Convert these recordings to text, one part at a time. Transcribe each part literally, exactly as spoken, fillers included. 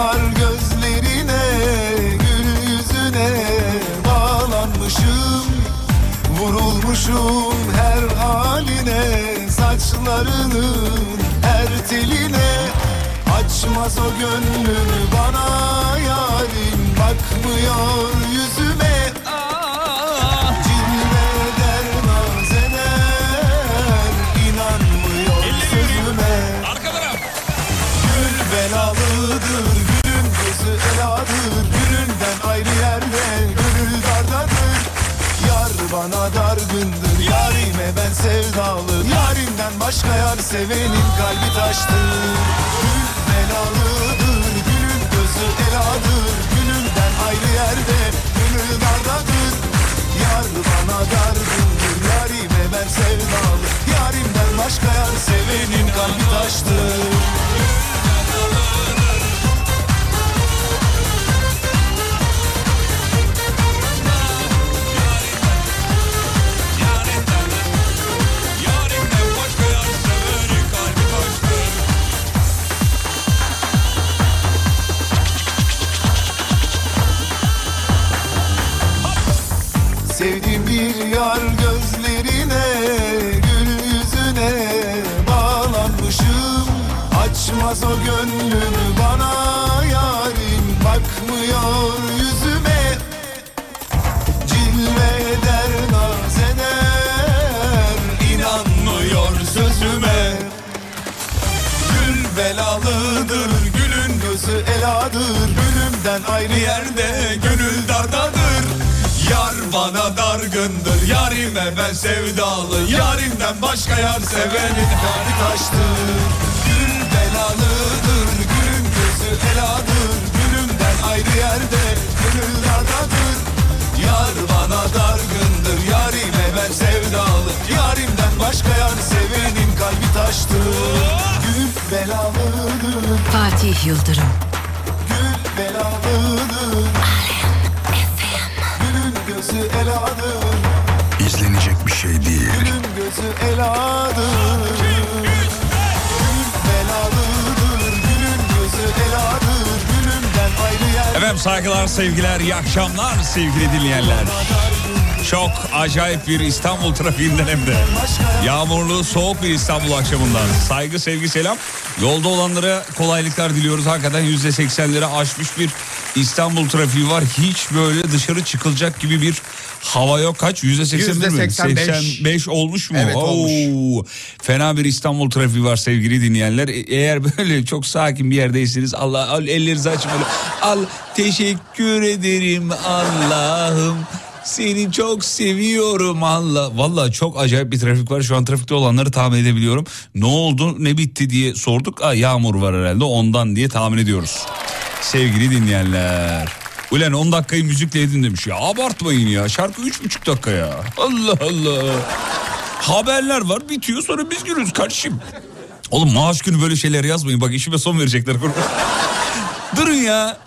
yar gözlerine, gül yüzüne bağlanmışım. Vurulmuşum her haline, saçlarının her teline. Açmaz o gönlünü bana yarim, bakmıyor yüzüme. Cilveder naz eder, inanmıyor sözüme. Gül belalıdır, gülün gözü eladır. Gülünden ayrı yerde, gönül dardadır. Yar bana dargındır, yarime ben sevdalı. Yarimden başka yar sevenin kalbi taştır. Gül belalıdır, gülün gözü eladır. Gülünden ayrı yerde, gönül dardadır. Yar bana dargındır, yarime ben sevdalı. Yarimden başka yar sevenin kalbi taştır. Sevdiğim bir yar gözlerine, gül yüzüne bağlanmışım. Açmaz o gönlünü bana yarim, bakmıyor yüzüme. Cilve eder naz eder, inanmıyor sözüme. Gül belalıdır, gülün gözü eladır. Gülümden ayrı yerde, gönül dardadır. Yar bana dargındır, yarime ben sevdalı. Yarimden başka yar sevenin kalbi taştır. Gül belalıdır, gülün gözü eladır. Gülümden ayrı yerde, gönül dardadır. Yar bana dargındır, yarime ben sevdalı. Yarimden başka yar sevenin kalbi taştır. Gül belalıdır, Fatih Yıldırım. Gül belalıdır, gözü eladır. İzlenecek bir şey değil. Gülün gözü eladır. Gül belalıdır, gülün gözü eladır. Gülümden ayrı yer. Efendim saygılar, sevgiler, iyi akşamlar sevgili dinleyenler. Çok acayip bir İstanbul trafiğinden hem de yağmurlu, soğuk bir İstanbul akşamından. Saygı, sevgi, selam. Yolda olanlara kolaylıklar diliyoruz. Hakikaten yüzde seksenleri aşmış bir İstanbul trafiği var. Hiç böyle dışarı çıkılacak gibi bir hava yok. Kaç? yüzde seksen mi? seksen beş olmuş mu? Evet, olmuş. Oo, fena bir İstanbul trafiği var sevgili dinleyenler. Eğer böyle çok sakin bir yerdeyseniz Allah al, ellerinizi açın böyle. Al, teşekkür ederim Allah'ım. Seni çok seviyorum Allah. Vallahi çok acayip bir trafik var. Şu an trafikte olanları tahmin edebiliyorum. Ne oldu, ne bitti diye sorduk. Aa, yağmur var herhalde ondan diye tahmin ediyoruz. Sevgili dinleyenler. Ulan on dakikayı müzikle edin demiş ya. Abartmayın ya. Şarkı üç buçuk dakika ya. Allah Allah. Haberler var, bitiyor, sonra biz gülüyoruz kardeşim. Oğlum maaş günü böyle şeyler yazmayın. Bak işime son verecekler. Durun ya.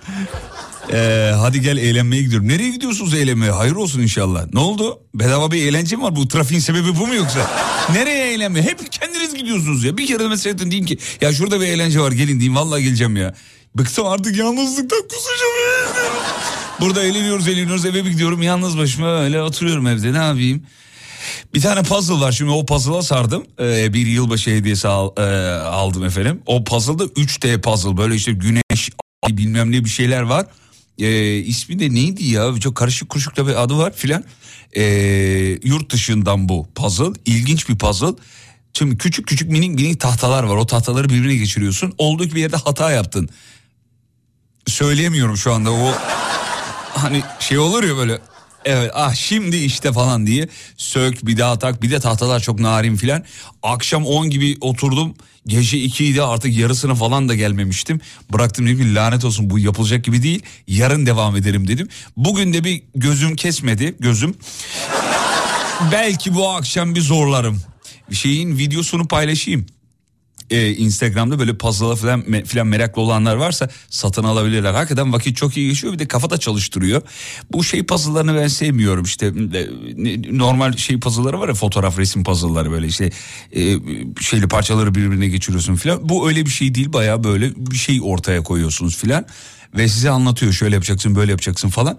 Ee, hadi gel eğlenmeye gidiyorum. Nereye gidiyorsunuz eğlenmeye? Hayır olsun inşallah. Ne oldu? Bedava bir eğlence mi var? Bu trafiğin sebebi bu mu yoksa? Nereye eğlenmeye? Hep kendiniz gidiyorsunuz ya. Bir kere de mesela diyeyim ki ya şurada bir eğlence var, gelin diyeyim, vallahi geleceğim ya. Bıktım artık yalnızlıktan, kusacağım. Burada eğleniyoruz eğleniyoruz, eve bir gidiyorum yalnız başıma öyle oturuyorum evde, ne yapayım? Bir tane puzzle var, şimdi o puzzle'a sardım. Ee, bir yılbaşı hediyesi al, e, aldım efendim. O puzzle'da üç D puzzle, böyle işte güneş, ay, bilmem ne bir şeyler var. Ee, ismi de neydi ya, çok karışık kuruşuk da bir adı var filan. Ee, yurt dışından bu puzzle, ilginç bir puzzle. Şimdi küçük küçük minik minik tahtalar var, o tahtaları birbirine geçiriyorsun. Olduğu bir yerde hata yaptın. Söyleyemiyorum şu anda, o hani şey olur ya böyle, evet ah şimdi işte falan diye sök bir daha tak, bir de tahtalar çok narin filan. Akşam on gibi oturdum, gece ikiydi, artık yarısına falan da gelmemiştim. Bıraktım, dedim ki lanet olsun, bu yapılacak gibi değil, yarın devam ederim dedim. Bugün de bir gözüm kesmedi gözüm. Belki bu akşam bir zorlarım. Bir şeyin videosunu paylaşayım. e, Instagram'da böyle puzzle'a falan, me, falan meraklı olanlar varsa satın alabilirler. Hakikaten vakit çok iyi geçiyor, bir de kafa da çalıştırıyor. Bu şey puzzle'larını ben sevmiyorum işte e, normal şey puzzle'ları var ya, fotoğraf resim puzzle'ları böyle işte e, şeyli parçaları birbirine geçiriyorsun falan. Bu öyle bir şey değil, bayağı böyle bir şey ortaya koyuyorsunuz falan. Ve size anlatıyor, şöyle yapacaksın böyle yapacaksın falan.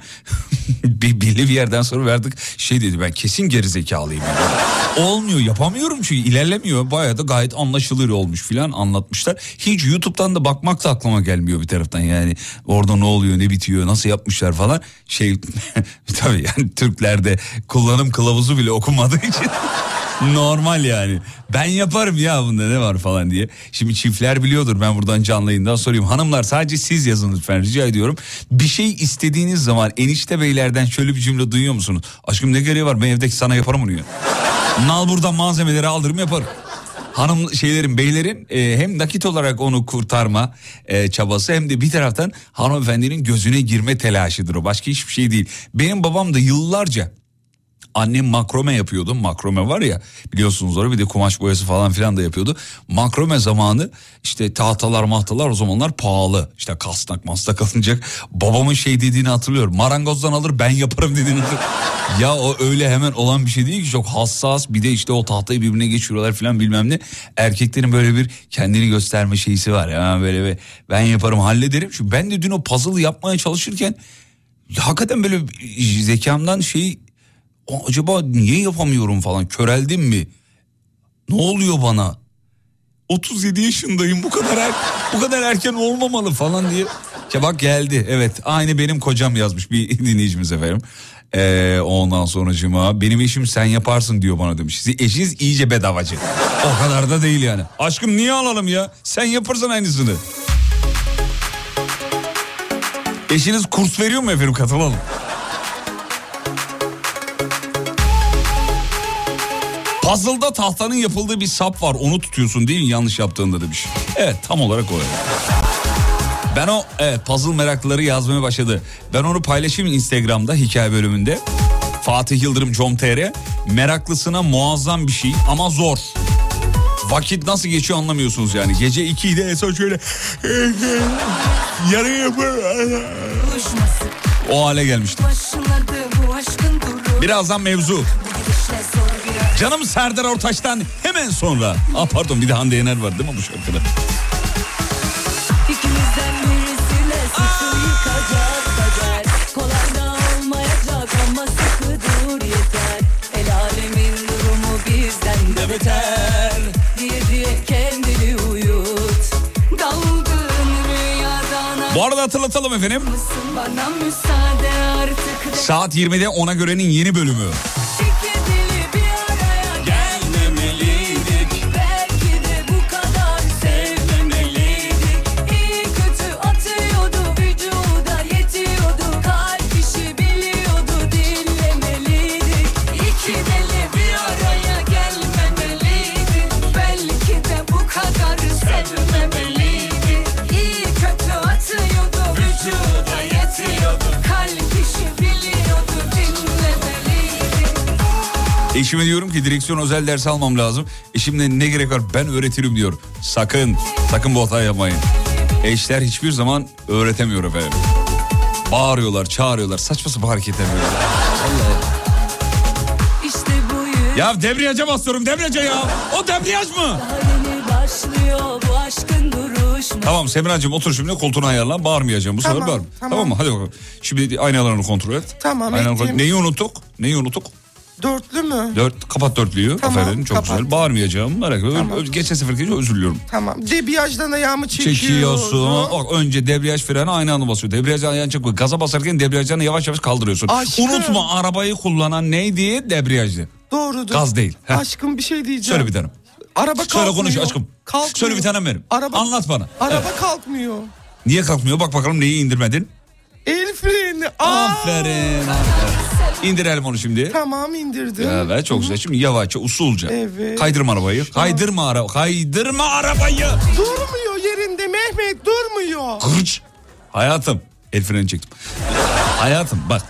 bir belli bir yerden sonra verdik şey dedi, ben kesin gerizekalıyım. Yani. Olmuyor, yapamıyorum çünkü ilerlemiyor. Bayağı da gayet anlaşılır olmuş filan, anlatmışlar. Hiç YouTube'dan da bakmak da aklıma gelmiyor bir taraftan yani. Orada ne oluyor, ne bitiyor, nasıl yapmışlar falan. Şey tabii yani Türklerde kullanım kılavuzu bile okunmadığı için normal yani. Ben yaparım ya, bunda ne var falan diye. Şimdi çiftler biliyordur, ben buradan canlı yayından sorayım. Hanımlar sadece siz yazın lütfen, rica ediyorum. Bir şey istediğiniz zaman enişte beylerden şöyle bir cümle duyuyor musunuz? Aşkım ne gereği var, ben evdeki sana yaparım bunu ya. Nal buradan malzemeleri aldırım yaparım. Hanım şeylerin, beylerin e, hem nakit olarak onu kurtarma e, çabası, hem de bir taraftan hanımefendinin gözüne girme telaşıdır o. Başka hiçbir şey değil. Benim babam da yıllarca, annem makrome yapıyordu. Makrome var ya, biliyorsunuz orada, bir de kumaş boyası falan filan da yapıyordu. Makrome zamanı işte tahtalar mahtalar o zamanlar pahalı. İşte kasnak mastak alınacak. Babamın şey dediğini hatırlıyorum. Marangozdan alır ben yaparım dediğini hatırlıyorum. Ya o öyle hemen olan bir şey değil ki, çok hassas. Bir de işte o tahtayı birbirine geçiriyorlar filan bilmem ne. Erkeklerin böyle bir kendini gösterme şeysi var. Yani böyle bir, ben yaparım hallederim. Çünkü ben de dün o puzzle'ı yapmaya çalışırken hakikaten böyle zekamdan şeyi, acaba niye yapamıyorum falan, köreldim mi? Ne oluyor bana? otuz yedi yaşındayım, bu kadar er, bu kadar erken olmamalı falan diye. Ya bak geldi, evet, aynı benim kocam yazmış bir dinleyicimiz efendim. Ee, ondan sonracığıma benim eşim sen yaparsın diyor bana demiş. Siz eşiniz iyice bedavacı. O kadar da değil yani. Aşkım niye alalım ya? Sen yaparsan aynısını. Eşiniz kurs veriyor mu efendim, katılalım. Puzzle'da tahtanın yapıldığı bir sap var, onu tutuyorsun değil mi yanlış yaptığında demiş. Evet, tam olarak o. Ben o evet puzzle meraklıları yazmaya başladı. Ben onu paylaşayım Instagram'da hikaye bölümünde. Fatih Yıldırım com nokta tr. Meraklısına muazzam bir şey ama zor. Vakit nasıl geçiyor anlamıyorsunuz yani. Gece ikide Esat şöyle yarı yapar. O hale gelmiştim. Birazdan mevzu. Canım Serdar Ortaç'tan hemen sonra. Aa pardon, bir de Hande Yener var değil mi bu şarkıda? İkimizden birisine suçu yıkacak kader. Kolay da olmayacak ama sıkı dur yeter. El alemin durumu bizden de beter. Diye diye kendini uyut. Dalgın rüyadan. Bu arada hatırlatalım efendim. Bana müsaade artık. Saat yirmide Ona Göre'nin yeni bölümü. Eşime diyorum ki direksiyon özel ders almam lazım. Eşimle ne gerek var, ben öğretirim diyor. Sakın, sakın bu hatayı yapmayın. Eşler hiçbir zaman öğretemiyor efendim. Bağırıyorlar, çağırıyorlar, saçma sapan hareketler yapıyorlar. Vallahi. İşte bu ya debriyaja basıyorum, debriyaja ya. O debriyaj mı? Başlıyor bu aşkın duruşma. Tamam Semracığım, otur şimdi, koltuğunu ayarlan, bağırmayacağım bu tamam, sefer bağırma. Tamam. Tamam mı? Hadi bakalım. Şimdi aynalarını kontrol et. Tamam ettim. Neyi unuttuk? Neyi unuttuk? Dörtlü mü? Dört, kapat dörtlüyü. Tamam, aferin, çok kapat. Güzel. Bağırmayacağım. Merak etme. Tamam. Geçen seferki özür diliyorum. Tamam. Debriyajdan ayağımı çekiyorsun. Çekiyorsun. Bak, önce debriyaj freni aynı anda basıyor. Debriyajdan ayağını çekiyor. Gaza basarken debriyajdan yavaş yavaş kaldırıyorsun. Aşkım. Unutma, arabayı kullanan neydi? Debriyajdı. Doğrudur. Gaz değil. Heh. Aşkım bir şey diyeceğim. Söyle bir tanem. Araba kalkmıyor. Söyle konuş aşkım. Kalkmıyor. Söyle bir tanem benim. Araba... Anlat bana. Araba evet. kalkmıyor. Niye kalkmıyor? Bak bakalım neyi indirmedin? El freni. Aferin. İndirelim onu şimdi. Tamam, indirdim. Evet, çok güzel. Şimdi yavaşça, usulca. Evet. Kaydırma arabayı. Tamam. Kaydırma ara kaydırma arabayı. Durmuyor yerinde Mehmet, durmuyor. Kırç. Hayatım. El freni çektim. Hayatım bak.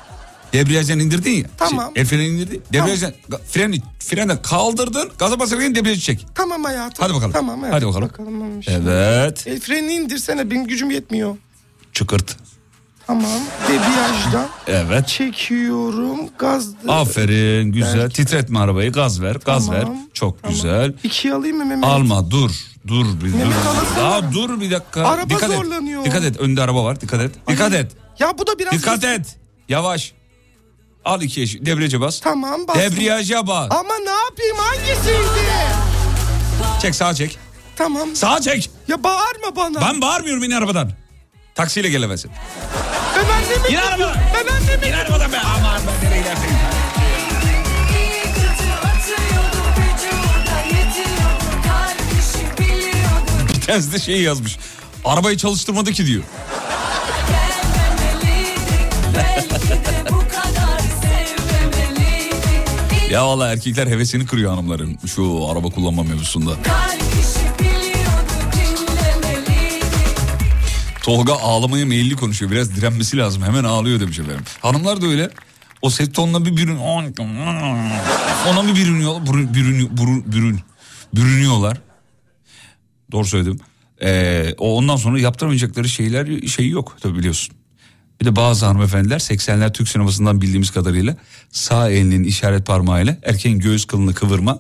Debriyajdan indirdin ya. Tamam. Şey, el freni indirdin. Debriyajdan tamam. freni, freni kaldırdın. Gaza basarken debriyajı çek. Tamam hayatım. Hadi bakalım. Tamam. Evet. Hadi bakalım. bakalım Evet. El frenini indirsene, benim gücüm yetmiyor. Çıkırt. Tamam. Debriyajdan. Evet. Çekiyorum. Gaz. Aferin, güzel. Belki. Titretme arabayı, gaz ver, gaz Tamam, ver. Çok tamam. güzel. İkiye alayım mı Mehmet? Alma, dur. Dur bir Mehmet, dur. alasana. Daha dur bir dakika. Araba dikkat zorlanıyor. Et. Dikkat et. Önde araba var. Dikkat et. Ay. Dikkat et. Ya bu da biraz... Dikkat et. Yavaş. Al iki eşi. Debriyaja bas. Tamam bas. Debriyaja bas. Ama ne yapayım, hangisiydi? Çek, sağa çek. Tamam. Sağa çek. Ya bağırma bana. Ben bağırmıyorum, in arabadan. Taksiyle gelemezsin. Ben anne mi? İn arabadan. Ben anne mi? İn arabadan be. Aman ben nereye gidersin? İyi kötü atıyordu vücuda yetiyordu kardeşi biliyordu Bir tanesi de şey yazmış. Arabayı çalıştırmadı ki diyor. gelmemeliydi belki de bu kadar sevmemeliydi. Ya vallahi erkekler hevesini kırıyor hanımların şu araba kullanma mevzusunda. Kardeşi biliyordu dinlemeliydi. Tolga ağlamaya meyilli konuşuyor. Biraz direnmesi lazım. Hemen ağlıyor demiş efendim. Hanımlar da öyle. O ses tonuna bir bürün... Ona bir bürünüyor. Bürün, bürün, bürün, bürün, bürünüyorlar. Doğru söyledim. Ee, o ondan sonra yaptıramayacakları şeyler şey yok tabii, biliyorsun. Bir de bazı hanımefendiler seksenler Türk sinemasından bildiğimiz kadarıyla sağ elinin işaret parmağıyla erkeğin göğüs kılını kıvırma.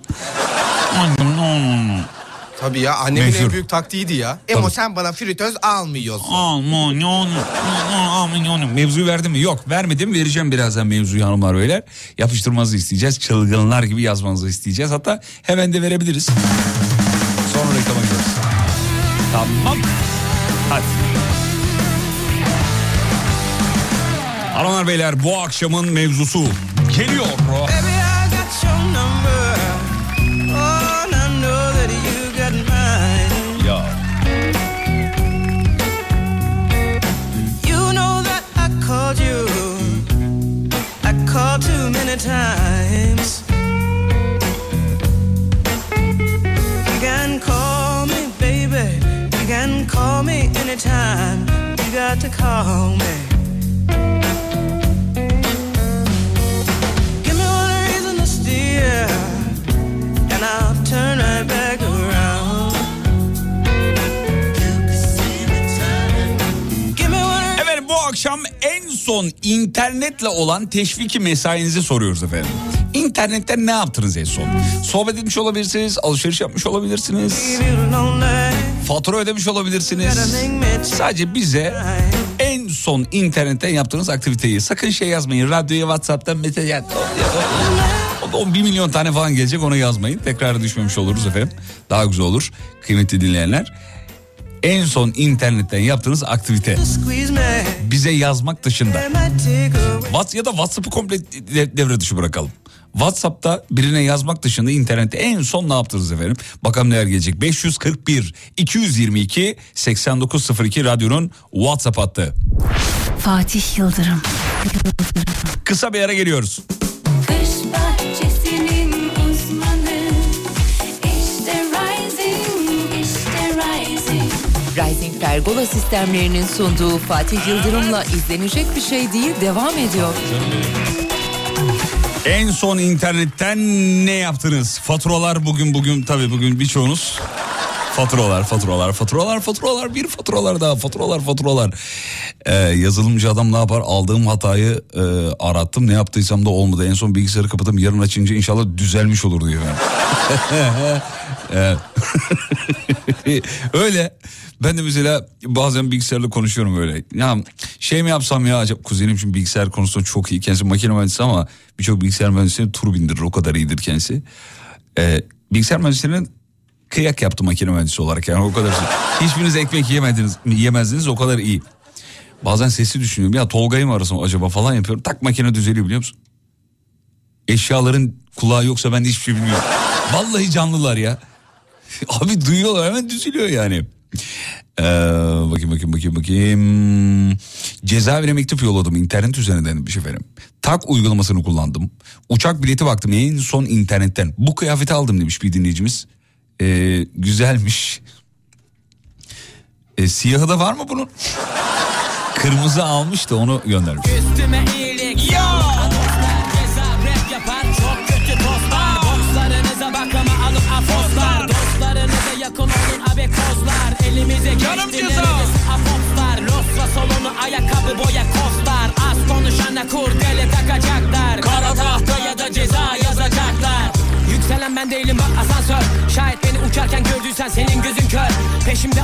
Tabii ya, annemin Meşhur. en büyük taktiğiydi ya. Emo sen bana fritöz almıyorsun. Mevzuyu verdim mi? Yok, vermedim, vereceğim birazdan mevzuyu hanımlar beyler. Yapıştırmanızı isteyeceğiz. Çılgınlar gibi yazmanızı isteyeceğiz. Hatta hemen de verebiliriz. Sonra reklama gideriz. Tamam. Hadi. Hanımlar beyler, bu akşamın mevzusu geliyor. Ya. You know that I called you, I called too many times. You can call me, baby, you can call me anytime. You got to call me. Give me one reason to steer, and I'll turn right back around. Efendim, bu akşam en son internetle olan teşviki mesainizi soruyoruz efendim. İnternetten ne yaptınız en son? Sohbet etmiş olabilirsiniz, alışveriş yapmış olabilirsiniz, fatura ödemiş olabilirsiniz. Sadece bize en son internetten yaptığınız aktiviteyi, sakın şey yazmayın, radyoya, WhatsApp'tan mesaj at. O bir milyon tane falan gelecek, ona yazmayın. Tekrar düşmemiş oluruz efendim. Daha güzel olur kıymetli dinleyenler. En son internetten yaptığınız aktivite bize yazmak dışında. What ya da WhatsApp'ı komple devre dışı bırakalım. WhatsApp'ta birine yazmak dışında internette en son ne yaptınız efendim? Bakalım neler gelecek. beş yüz kırk bir iki yüz yirmi iki seksen dokuz sıfır iki radyonun WhatsApp hattı. Fatih Yıldırım. Kısa bir ara geliyoruz. Kış bahçesinin uzmanı. İşte Rising, işte Rising. Rising Pergola sistemlerinin sunduğu Fatih Yıldırım'la izlenecek bir şey değil devam ediyor. En son internetten ne yaptınız? Faturalar bugün bugün tabii bugün birçoğunuz faturalar faturalar faturalar faturalar bir faturalar daha faturalar faturalar. Ee, yazılımcı adam ne yapar? Aldığım hatayı e, arattım, ne yaptıysam da olmadı. En son bilgisayarı kapatıp yarın açınca inşallah düzelmiş olur diyor. Yani. Öyle. Ben de mesela bazen bilgisayarla konuşuyorum öyle. Ya şey mi yapsam ya acaba, kuzenim şimdi bilgisayar konusunda çok iyi. Kendisi makine mühendisi ama birçok bilgisayar mühendisine tur bindirir, o kadar iyidir kendisi. Ee, bilgisayar mühendislerinin kıyak yaptı makine mühendisi olarak, yani o kadar. Hiçbiriniz ekmek yemediniz, yemezdiniz, o kadar iyi. Bazen sesi düşünüyorum, ya Tolga'yı mı arasam acaba falan yapıyorum. Tak, makine düzeliyor biliyor musun? Eşyaların kulağı yoksa ben de hiçbir şey bilmiyorum. Vallahi canlılar ya. Abi duyuyorlar, hemen düzeliyor yani. Ee, bakayım bakayım bakayım bakayım. Cezaevine mektup yolladım internet üzerinden bir şey efendim. Tak uygulamasını kullandım. Uçak bileti baktım en son internetten. Bu kıyafeti aldım demiş bir dinleyicimiz. Ee, güzelmiş. Ee, siyahı da var mı bunun? Kırmızı almış da onu göndermiş. Üstüme iyilik ya.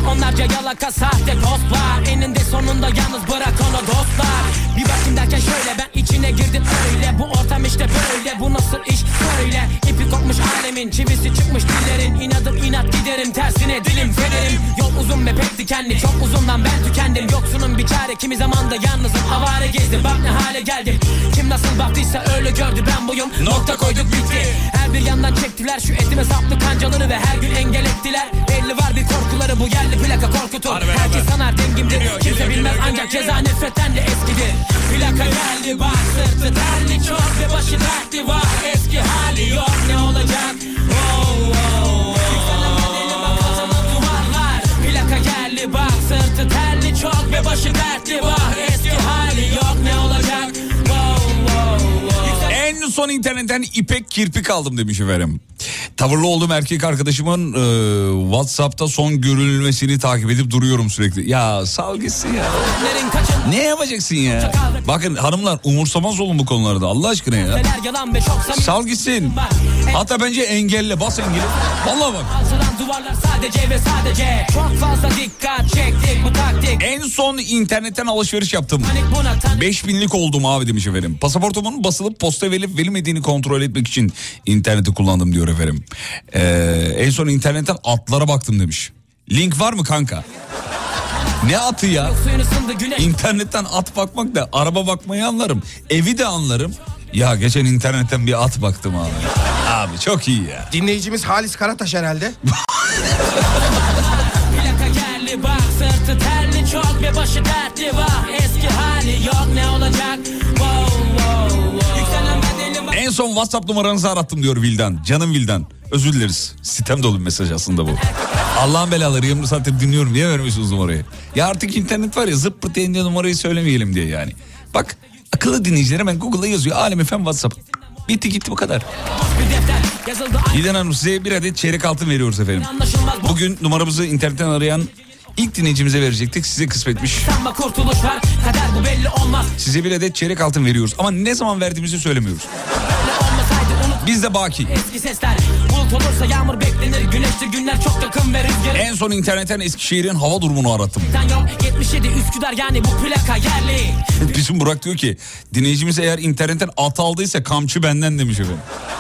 onlarca yalaka sahte postlar. Eninde sonunda yalnız bırak onu dostlar. Bir bakayım derken şöyle ben içine girdim öyle. Bu ortam işte böyle, bu nasıl iş böyle. İpi kopmuş alemin, çivisi çıkmış dillerin. İnadım inat giderim, tersine dilim fenerim. Yol uzun ve pek dikenli, çok uzundan ben tükendim. Yoksunun bir çare, kimi zaman da yalnızım. Avare gezdim, bak ne hale geldim. Kim nasıl baktıysa öyle gördü, ben buyum. Nokta koyduk bitti. Her bir yandan çektiler şu etime saplı kancaları ve her gün engel ettiler. Belli var bir korkuları, bu yerli plaka korkutur. Herkes sanar dengimdir, kimse bilmez ancak ceza nefretten de eskidir. Plaka geldi bak, sırtı terli çok ve başı dertli var. Eski hali yok, ne olacak? Oh, oh, oh. Yükselen bedeli bak kazanan duvarlar. Plaka geldi bak, sırtı terli çok ve başı dertli var. Eski hali yok, ne olacak? Oh, oh, oh. En son internetten ipek kirpik aldım demiş efendim. Tavırlı olduğum erkek arkadaşımın e, WhatsApp'ta son görülmesini takip edip duruyorum sürekli. Ya sal gitsin ya. Ne yapacaksın ya? Bakın hanımlar, umursamaz olun bu konularda Allah aşkına ya. Sal gitsin. Hatta bence engelle, bas engeli. Vallahi bak. Sadece ve sadece çok fazla dikkat çektik bu taktik. En son internetten alışveriş yaptım. beş binlik oldum abi demiş efendim. Pasaportumun basılıp posta verilip verilmediğini kontrol etmek için interneti kullandım diyor efendim. Ee, en son internetten atlara baktım demiş. Link var mı kanka? Ne atı ya? İnternetten at bakmak da, araba bakmayı anlarım. Evi de anlarım. Ya geçen internetten bir at baktım abi. Abi çok iyi ya. Dinleyicimiz Halis Karataş herhalde. Plaka geldi bak, sırtı terli çok ve başı dertli var. Eski hali yok, ne olacak? Wow, wow, wow. Yükselen bedeli bak. En son WhatsApp numaranızı arattım diyor Vildan. Canım Vildan. Özür dileriz. Sitem dolu bir mesaj aslında bu. Allah'ın belaları, yarım saattir dinliyorum. Niye vermiyorsunuz numarayı? Ya artık internet var ya, zıp pırt diye numarayı söylemeyelim diye yani. Bak akıllı dinleyiciler hemen Google'da yazıyor. Alem F M WhatsApp. Bitti gitti, bu kadar. Vildan Hanım, size bir adet çeyrek altın veriyoruz efendim. Bugün numaramızı internetten arayan ilk dinleyicimize verecektik. Size kısmetmiş. Size bir adet çeyrek altın veriyoruz. Ama ne zaman verdiğimizi söylemiyoruz. Bizde baki. Eski sesler, bulut olursa yağmur beklenir, güneşli günler çok yakın ve rüzgar. En son internetten Eskişehir'in hava durumunu arattım. yetmiş yedi Üsküdar, yani bu plaka yerli. Bizim Burak diyor ki dinleyicimiz eğer internetten at aldıysa kamçı benden demiş efendim.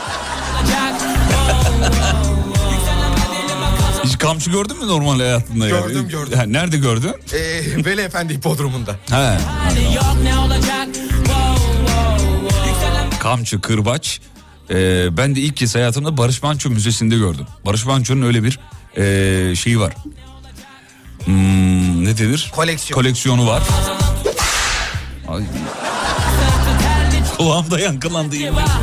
Hiç kamçı gördün mü normal hayatında? Gördüm yani? gördüm. Ha, nerede gördün? Ee, Veli Efendi hipodromunda. He. Kamçı, kırbaç. Ee, ben de ilk kez hayatımda Barış Manço Müzesi'nde gördüm. Barış Manço'nun öyle bir e, şeyi var. Hmm, ne denir? Koleksiyon. Koleksiyonu var. Ay. Kulağımda yankılandı.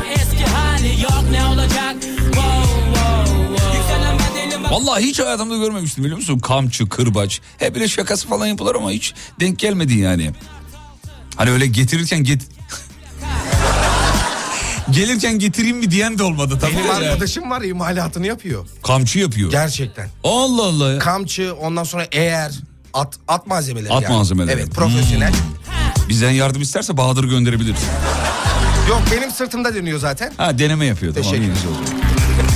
Vallahi hiç hayatımda görmemiştim, biliyor musun? Kamçı, kırbaç. Hep böyle şakası falan yapılır ama hiç denk gelmedi yani. Hani öyle getirirken get... Gelirken getireyim mi diyen de olmadı tabii. Benim ya. arkadaşım var, imalatını yapıyor. Kamçı yapıyor. Gerçekten. Allah Allah ya. Kamçı, ondan sonra eğer at at malzemeleri. At yani. malzemeleri. Evet, profesyonel. Hmm. Bizden yardım isterse Bahadır gönderebiliriz. Yok, benim sırtımda dönüyor zaten. Ha, deneme yapıyor. Teşekkür ederim. Tamam,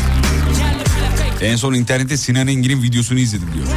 en son internette Sinan Engin'in videosunu izledim diyor.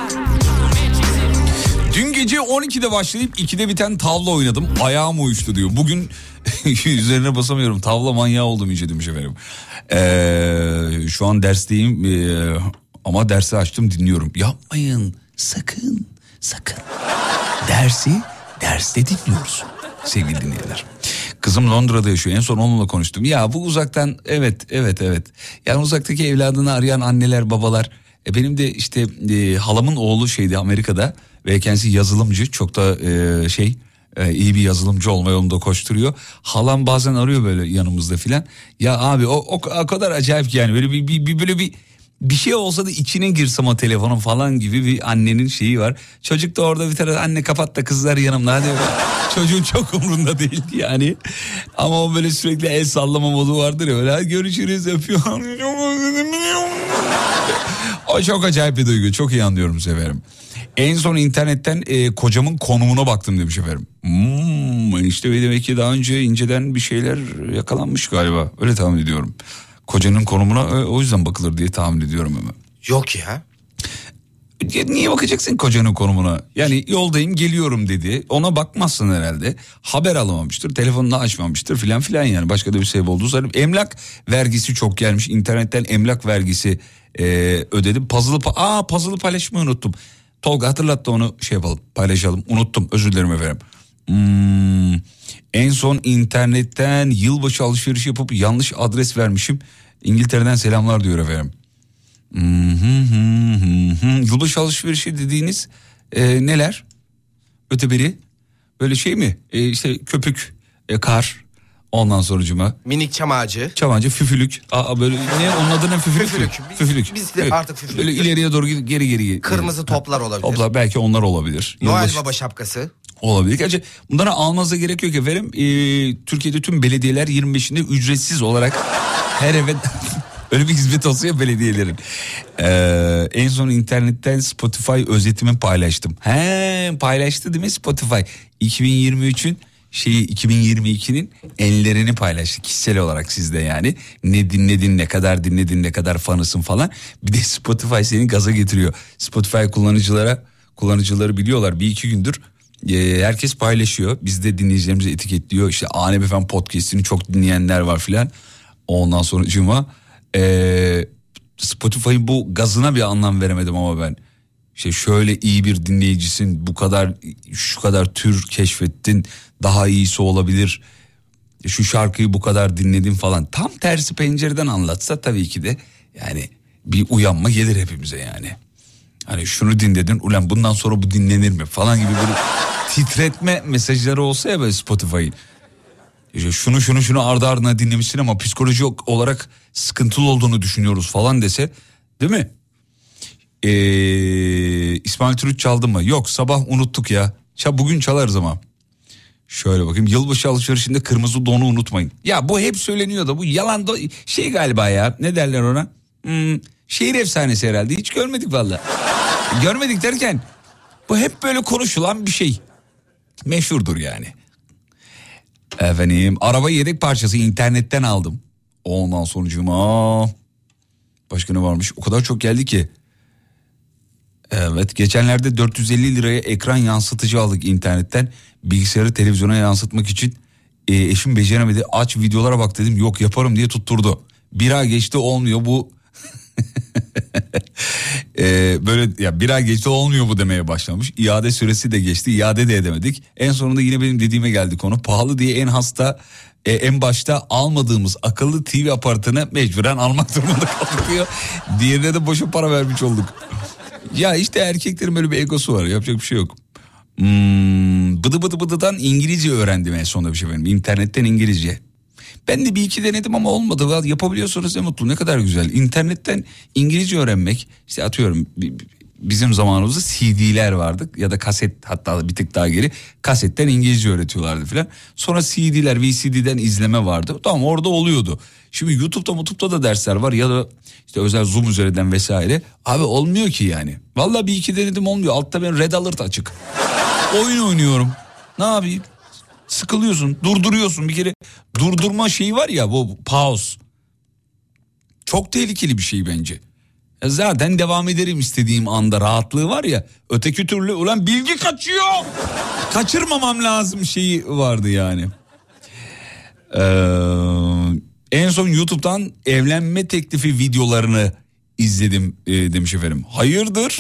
Dün gece on ikide başlayıp ikide biten tavla oynadım. Ayağım uyuştu diyor. Bugün üzerine basamıyorum. Tavla manyağı oldum iyice demiş efendim. Ee, şu an dersteyim ee, ama dersi açtım, dinliyorum. Yapmayın sakın sakın. Dersi derste dinliyoruz sevgili dinleyenler. Kızım Londra'da yaşıyor. En son onunla konuştum. Ya bu uzaktan evet evet evet. Yani uzaktaki evladını arayan anneler, babalar. E benim de işte e, halamın oğlu şeydi Amerika'da ve kendisi yazılımcı. Çok da e, şey e, iyi bir yazılımcı olma yolunda koşturuyor. Halam bazen arıyor böyle yanımızda filan. Ya abi o, o, o kadar acayip ki yani böyle bir, bir, bir böyle bir bir şey olsa da içine girsem o telefonun falan gibi bir annenin şeyi var. Çocuk da orada bir tarafta anne kapat da kızlar yanımda hadi. Çocuğun çok umurunda değildi yani. Ama o böyle sürekli el sallama modu vardır ya. Böyle görüşürüz öpüyor. O çok acayip bir duygu. Çok iyi anlıyorum, severim. En son internetten e, kocamın konumuna baktım demiş efendim. Hmm, işte demek ki daha önce inceden bir şeyler yakalanmış galiba. Öyle tahmin ediyorum. Kocanın konumuna o yüzden bakılır diye tahmin ediyorum hemen. Yok ya. Niye bakacaksın kocanın konumuna? Yani yoldayım geliyorum dedi. Ona bakmazsın herhalde. Haber alamamıştır. Telefonunu açmamıştır filan filan yani. Başka da bir sebep olduğu sanırım. Emlak vergisi çok gelmiş. İnternetten emlak vergisi e, ödedim. Puzzle'ı, aa, puzzle'ı paylaşmayı unuttum. Tolga hatırlattı, onu şey yapalım, paylaşalım. Unuttum, özür dilerim efendim. Hmm, en son internetten yılbaşı alışveriş yapıp yanlış adres vermişim. İngiltere'den selamlar diyor efendim. Hmm, hmm, hmm, hmm. Yılbaşı alışverişi dediğiniz e, neler? Öteberi böyle şey mi? E, işte köpük, e, kar, ondan sonucuma. Minik çam ağacı. Çam ağacı, füfülük. Aa, böyle ne, onun adı ne? Füfülük. Füfülük. Füfülük. Biz de artık füfülük. Böyle ileriye doğru geri geri. Kırmızı toplar olabilir. Toplar, belki onlar olabilir. Noel Yılbaşı... Baba şapkası. Olabilir. Gerçi bunlara almanıza gerek yok efendim. Ee, Türkiye'de tüm belediyeler yirmi beşinde ücretsiz olarak her eve öyle bir hizmet olsa ya belediyelerin. Ee, en son internetten Spotify özetimi paylaştım. He, paylaştı değil mi Spotify? iki bin yirmi üçün şeyi, iki bin yirmi ikinin enlerini paylaştı kişisel olarak sizde yani. Ne dinledin, ne kadar dinledin, ne kadar fanısın falan. Bir de Spotify seni gaza getiriyor. Spotify kullanıcılara kullanıcıları biliyorlar, bir iki gündür e, herkes paylaşıyor. Biz de dinleyicilerimizi etiketliyor. İşte Alem Efem podcast'ini çok dinleyenler var filan. Ondan sonra cuma e, Spotify'ın bu gazına bir anlam veremedim ama ben. İşte şöyle iyi bir dinleyicisin, bu kadar şu kadar tür keşfettin, daha iyisi olabilir, şu şarkıyı bu kadar dinledin falan. Tam tersi pencereden anlatsa tabii ki de yani bir uyanma gelir hepimize yani. Hani şunu dinledin, ulan bundan sonra bu dinlenir mi falan gibi bir titretme mesajları olsa ya böyle Spotify'ın. İşte şunu şunu şunu ardı ardına dinlemişsin ama psikoloji olarak sıkıntılı olduğunu düşünüyoruz falan dese, değil mi? Ee, İsmail Türüt çaldı mı? Yok, sabah unuttuk ya. Ça bugün çalarız ama. Şöyle bakayım, yılbaşı alışverişinde kırmızı donu unutmayın. Ya bu hep söyleniyor da bu yalan da şey galiba ya, ne derler ona? Hmm, şehir efsanesi herhalde, hiç görmedik valla. Görmedik derken bu hep böyle konuşulan bir şey. Meşhurdur yani. Efendim, araba yedek parçası internetten aldım. Ondan sonucuma başka ne varmış? O kadar çok geldi ki. Evet, geçenlerde dört yüz elli liraya ekran yansıtıcı aldık internetten. Bilgisayarı televizyona yansıtmak için e, eşim beceremedi. Aç videolara bak dedim, yok yaparım diye tutturdu. Bir ay geçti, olmuyor bu. e, böyle ya bir ay geçti olmuyor bu demeye başlamış. İade süresi de geçti, iade de edemedik. En sonunda yine benim dediğime geldi konu. Pahalı diye en hasta e, en başta almadığımız akıllı T V aparatını mecburen almak durumunda kaldık diyor. Diğerine de boşa para vermiş olduk. Ya işte erkeklerin böyle bir egosu var, yapacak bir şey yok. Hmm, bıdı bıdı bıdıdan İngilizce öğrendim en sonunda bir şey benim. İnternetten İngilizce. Ben de bir iki denedim ama olmadı. Yapabiliyorsunuz ne mutlu, ne kadar güzel. İnternetten İngilizce öğrenmek, işte atıyorum bizim zamanımızda C D'ler vardı ya da kaset, hatta bir tık daha geri kasetten İngilizce öğretiyorlardı filan. Sonra C D'ler, V C D'den izleme vardı. Tamam, orada oluyordu. Şimdi YouTube'da YouTube'da da dersler var ya da işte özel Zoom üzerinden vesaire. Abi olmuyor ki yani. Vallahi bir iki denedim, olmuyor. Altta ben Red Alert açık. Oyun oynuyorum. Ne yapayım? Sıkılıyorsun, durduruyorsun bir kere. Durdurma şeyi var ya, bu pause. Çok tehlikeli bir şey bence. Zaten devam ederim istediğim anda rahatlığı var ya. Öteki türlü ulan bilgi kaçıyor. Kaçırmamam lazım şeyi vardı yani. Ee, en son YouTube'dan evlenme teklifi videolarını izledim e, demiş efendim. Hayırdır?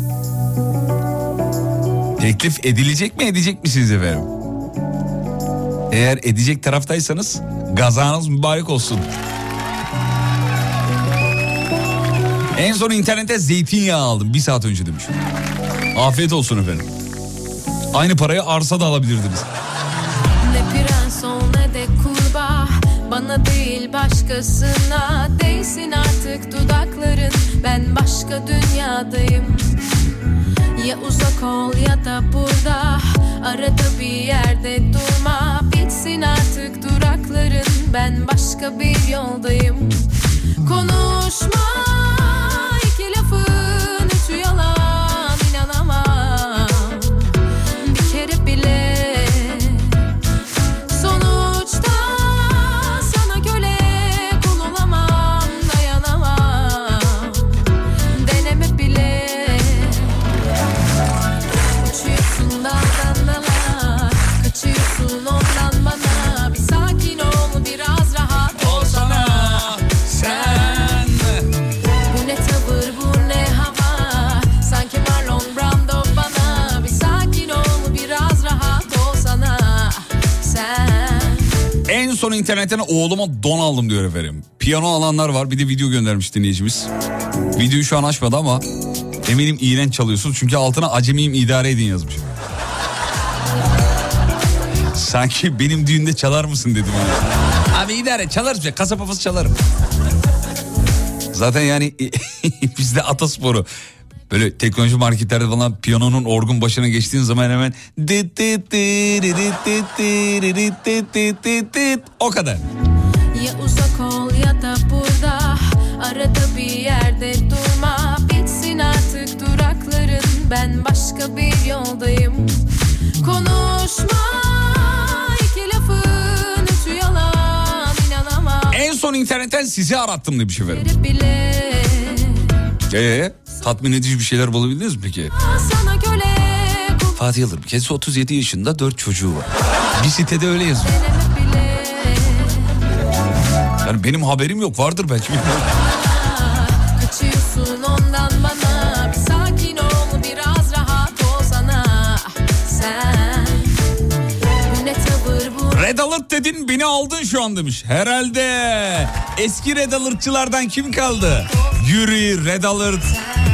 Teklif edilecek mi, edecek misiniz efendim? Eğer edecek taraftaysanız gazanız mübarek olsun. En son internette zeytinyağı aldım bir saat önce demiş. Afiyet olsun efendim. Aynı paraya arsa da alabilirdiniz. Ne prens ol ne de kurbağa, bana değil başkasına değsin artık dudakların, ben başka dünyadayım. Ya uzak ol ya da burada, arada bir yerde durma, bitsin artık durakların, ben başka bir yoldayım. Konuşma iki lafın üçü yalan, inanamam bir kere bile. Sonuçta sana köle kul olamam, dayanamam deneme bile. son internetten oğluma don aldım diyor efendim. Piyano alanlar var, bir de video göndermiş dinleyicimiz. Videoyu şu an açmadı ama eminim iğrenç çalıyorsunuz çünkü altına acemiyim idare edin yazmış. Sanki benim düğünde çalar mısın dedim ona. Abi idare çalarız ya, kasap hafız çalarım. Zaten yani bizde atasporu. Böyle teknoloji marketlerde falan piyanonun orgun başına geçtiğin zaman hemen o kadar. Ya uzak ol ya da burada, arada bir yerde durma. Bitsin artık durakların, ben başka bir yoldayım. Konuşma, iki lafın üçü yalan, inanamam. En son internetten sizi arattım demiş efendim. Eee tatmin edici bir şeyler bulabildiniz mi peki? Fatih Yıldırım kendisi otuz yedi yaşında, dört çocuğu var. Bir sitede öyle yazıyor. Yani benim haberim yok, vardır belki. Kaçıyorsun ondan bana, bir sakin ol, biraz rahat olsana. Sen bu ne tavır bu? Red Alert dedin, beni aldın şu an demiş. Herhalde eski Red Alert'çılardan kim kaldı? Yuri, Red Alert.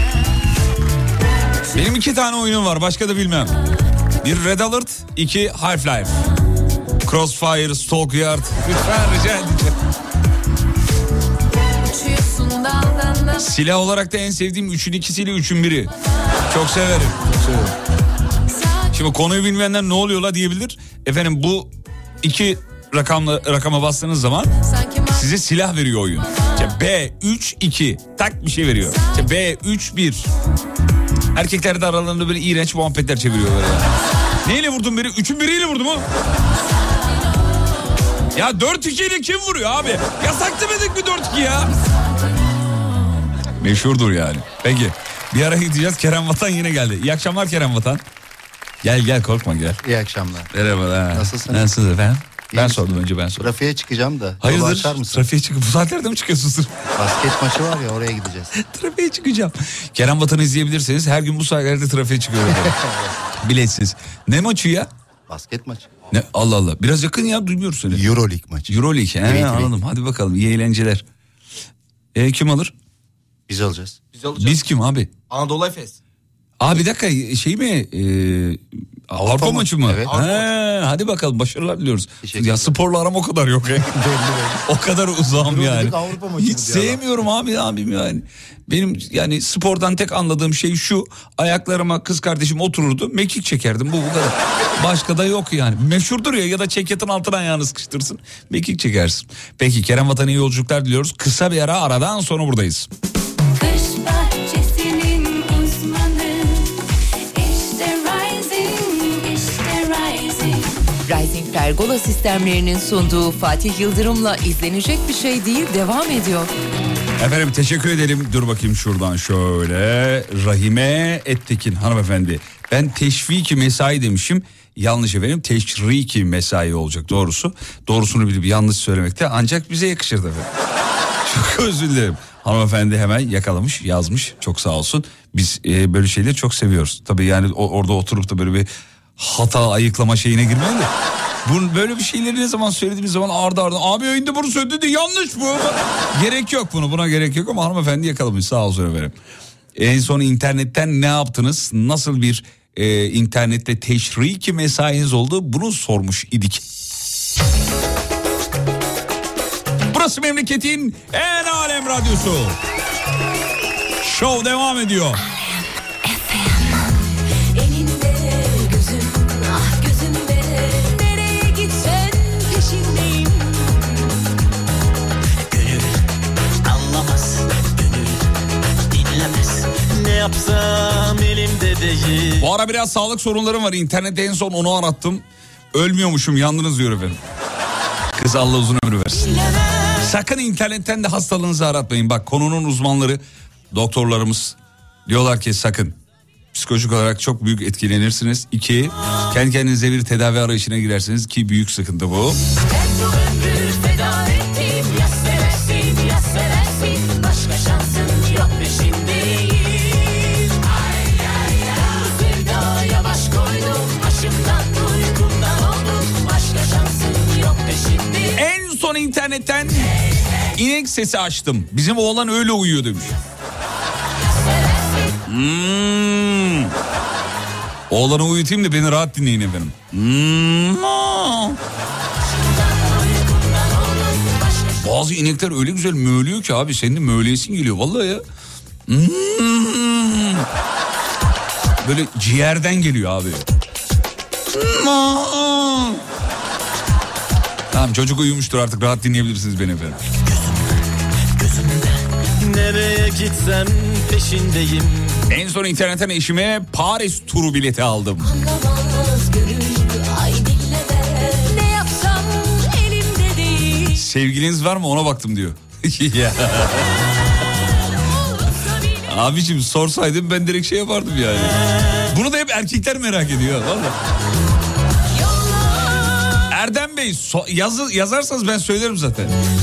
Benim iki tane oyunum var, başka da bilmem. Bir Red Alert, iki Half-Life. Crossfire, Stalkyard. Lütfen rica edeceğim. Silah olarak da en sevdiğim üçün ikisiyle üçün biri. Çok severim. Çok severim. Şimdi konuyu bilmeyenler ne oluyor la diyebilir. Efendim bu iki rakamla, rakama bastığınız zaman size silah veriyor oyun. İşte B üç iki tak bir şey veriyor. İşte B üç bir. Erkekler de aralarında böyle iğrenç muhabbetler çeviriyorlar ya. Neyle vurdun biri? Üçün biriyle vurdu mu? Ya dört iki ile kim vuruyor abi? Yasak demedik mi dört iki ya? Meşhurdur yani. Peki bir ara gideceğiz. Kerem Vatan yine geldi. İyi akşamlar Kerem Vatan. Gel gel korkma gel. İyi akşamlar. Merhaba. Nasılsın? Nasılsınız efendim? İyi ben misin? sordum önce ben sordum. Trafiğe çıkacağım da. Hayırdır? Trafiğe çıkıp bu saatlerde mi çıkıyorsun sırf? Basket maçı var ya, oraya gideceğiz. Trafiğe çıkacağım. Kerem Vatan'ı izleyebilirseniz her gün bu saatlerde trafiğe çıkıyor. Biletsiz. Ne maçı ya? Basket maçı. Ne? Allah Allah. Biraz yakın ya, duymuyoruz seni. Euroleague maçı. Euroleague. He, Evet, anladım. Hadi bakalım. İyi eğlenceler. E, kim alır? Biz alacağız. Biz alacağız. Biz kim abi? Anadolu Efes. Abi bir dakika şey mi? E, Avrupa, Avrupa maçı mı? Evet. He, hadi bakalım başarılar diliyoruz. Ya sporla aram o kadar yok. O kadar uzağım yani. Hiç sevmiyorum abi abim yani. Benim yani spordan tek anladığım şey şu: ayaklarıma kız kardeşim otururdu, mekik çekerdim, bu bu kadar. Başka da yok yani. Meşhurdur ya, ya da ceketın altına ayağını sıkıştırsın, mekik çekersin. Peki Kerem Vatan'a iyi yolculuklar diliyoruz. Kısa bir ara, aradan sonra buradayız. Kış bahçesinin uzmanı, işte Rising, işte Rising. Rising Pergola sistemlerinin sunduğu Fatih Yıldırım'la izlenecek bir şey değil devam ediyor. Efendim teşekkür ederim. Dur bakayım şuradan şöyle. Rahime Ettekin hanımefendi. Ben teşviki mesai demişim. Yanlış efendim. Teşriki mesai olacak doğrusu. Doğrusunu bilip yanlış söylemekte ancak bize yakışırdı efendim. Çok özür dilerim. Hanımefendi hemen yakalamış, yazmış. Çok sağ olsun. Biz e, böyle şeyleri çok seviyoruz. Tabii yani o, orada oturup da böyle bir hata ayıklama şeyine girmeyin de. Bunun böyle bir şeyleri ne zaman söylediğimiz zaman ardı ardı abi yayında bunu söyledi, yanlış bu. Gerek yok bunu, buna gerek yok ama hanımefendi yakalamış, sağ olsun efendim. En son internetten ne yaptınız? Nasıl bir e, internette teşriki mesainiz oldu? Bunu sormuş idik. Burası memleketin en alem radyosu. Show devam ediyor. Yapsam elimde değil. Bu ara biraz sağlık sorunlarım var. İnternette en son onu arattım. Ölmüyormuşum, yandınız diyor efendim. Kız Allah uzun ömrü versin. Sakın internetten de hastalığınızı aratmayın. Bak konunun uzmanları, doktorlarımız diyorlar ki sakın. Psikolojik olarak çok büyük etkilenirsiniz. İki, kendi kendinize bir tedavi arayışına girersiniz ki büyük sıkıntı bu. En İnek sesi açtım. Bizim oğlan öyle uyuyor demiş. Hmm. Oğlanı uyutayım da beni rahat dinleyin efendim. Hmm. Bazı inekler öyle güzel möğlüyor ki abi, senin de möğleyesin geliyor vallahi ya. Hmm. Böyle ciğerden geliyor abi. Hmm. Tamam, çocuk uyumuştur artık, rahat dinleyebilirsiniz beni efendim. Nereye gitsem peşindeyim. En son internetten eşime Paris turu bileti aldım. Anlamaz göründü ay dillere. Ne yapsam elimde değil. Sevgiliniz var mı ona baktım diyor. Ya. Abiciğim sorsaydım ben direkt şey yapardım yani. Bunu da hep erkekler merak ediyor vallahi. Erdem Bey so- yazı, yazarsanız ben söylerim zaten.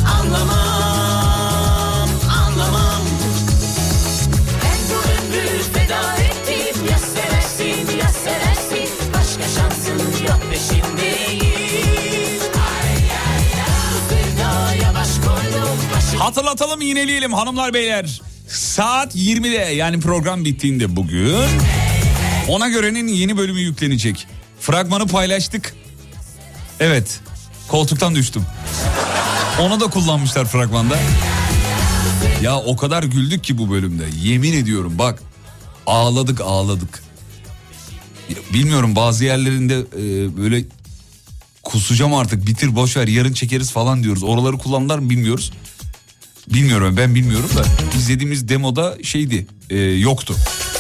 Anlamam, anlamam. Ben bu ömrü feda ettim. Ya seversin ya seversin. Başka şansın yok peşindeyim. Ay ay ay. Bu sevdaya baş koydum. Başı... Hatırlatalım, yineleyelim hanımlar beyler. Saat yirmide, yani program bittiğinde bugün Ona Göre'nin yeni bölümü yüklenecek. Fragmanı paylaştık. Evet, koltuktan düştüm. Onu da kullanmışlar fragmanda. Ya o kadar güldük ki bu bölümde. Yemin ediyorum bak, ağladık ağladık. Bilmiyorum, bazı yerlerinde e, böyle kusacağım artık, bitir boşver yarın çekeriz falan diyoruz. Oraları kullandılar mı bilmiyoruz. Bilmiyorum, ben bilmiyorum da izlediğimiz demoda şeydi, e, yoktu.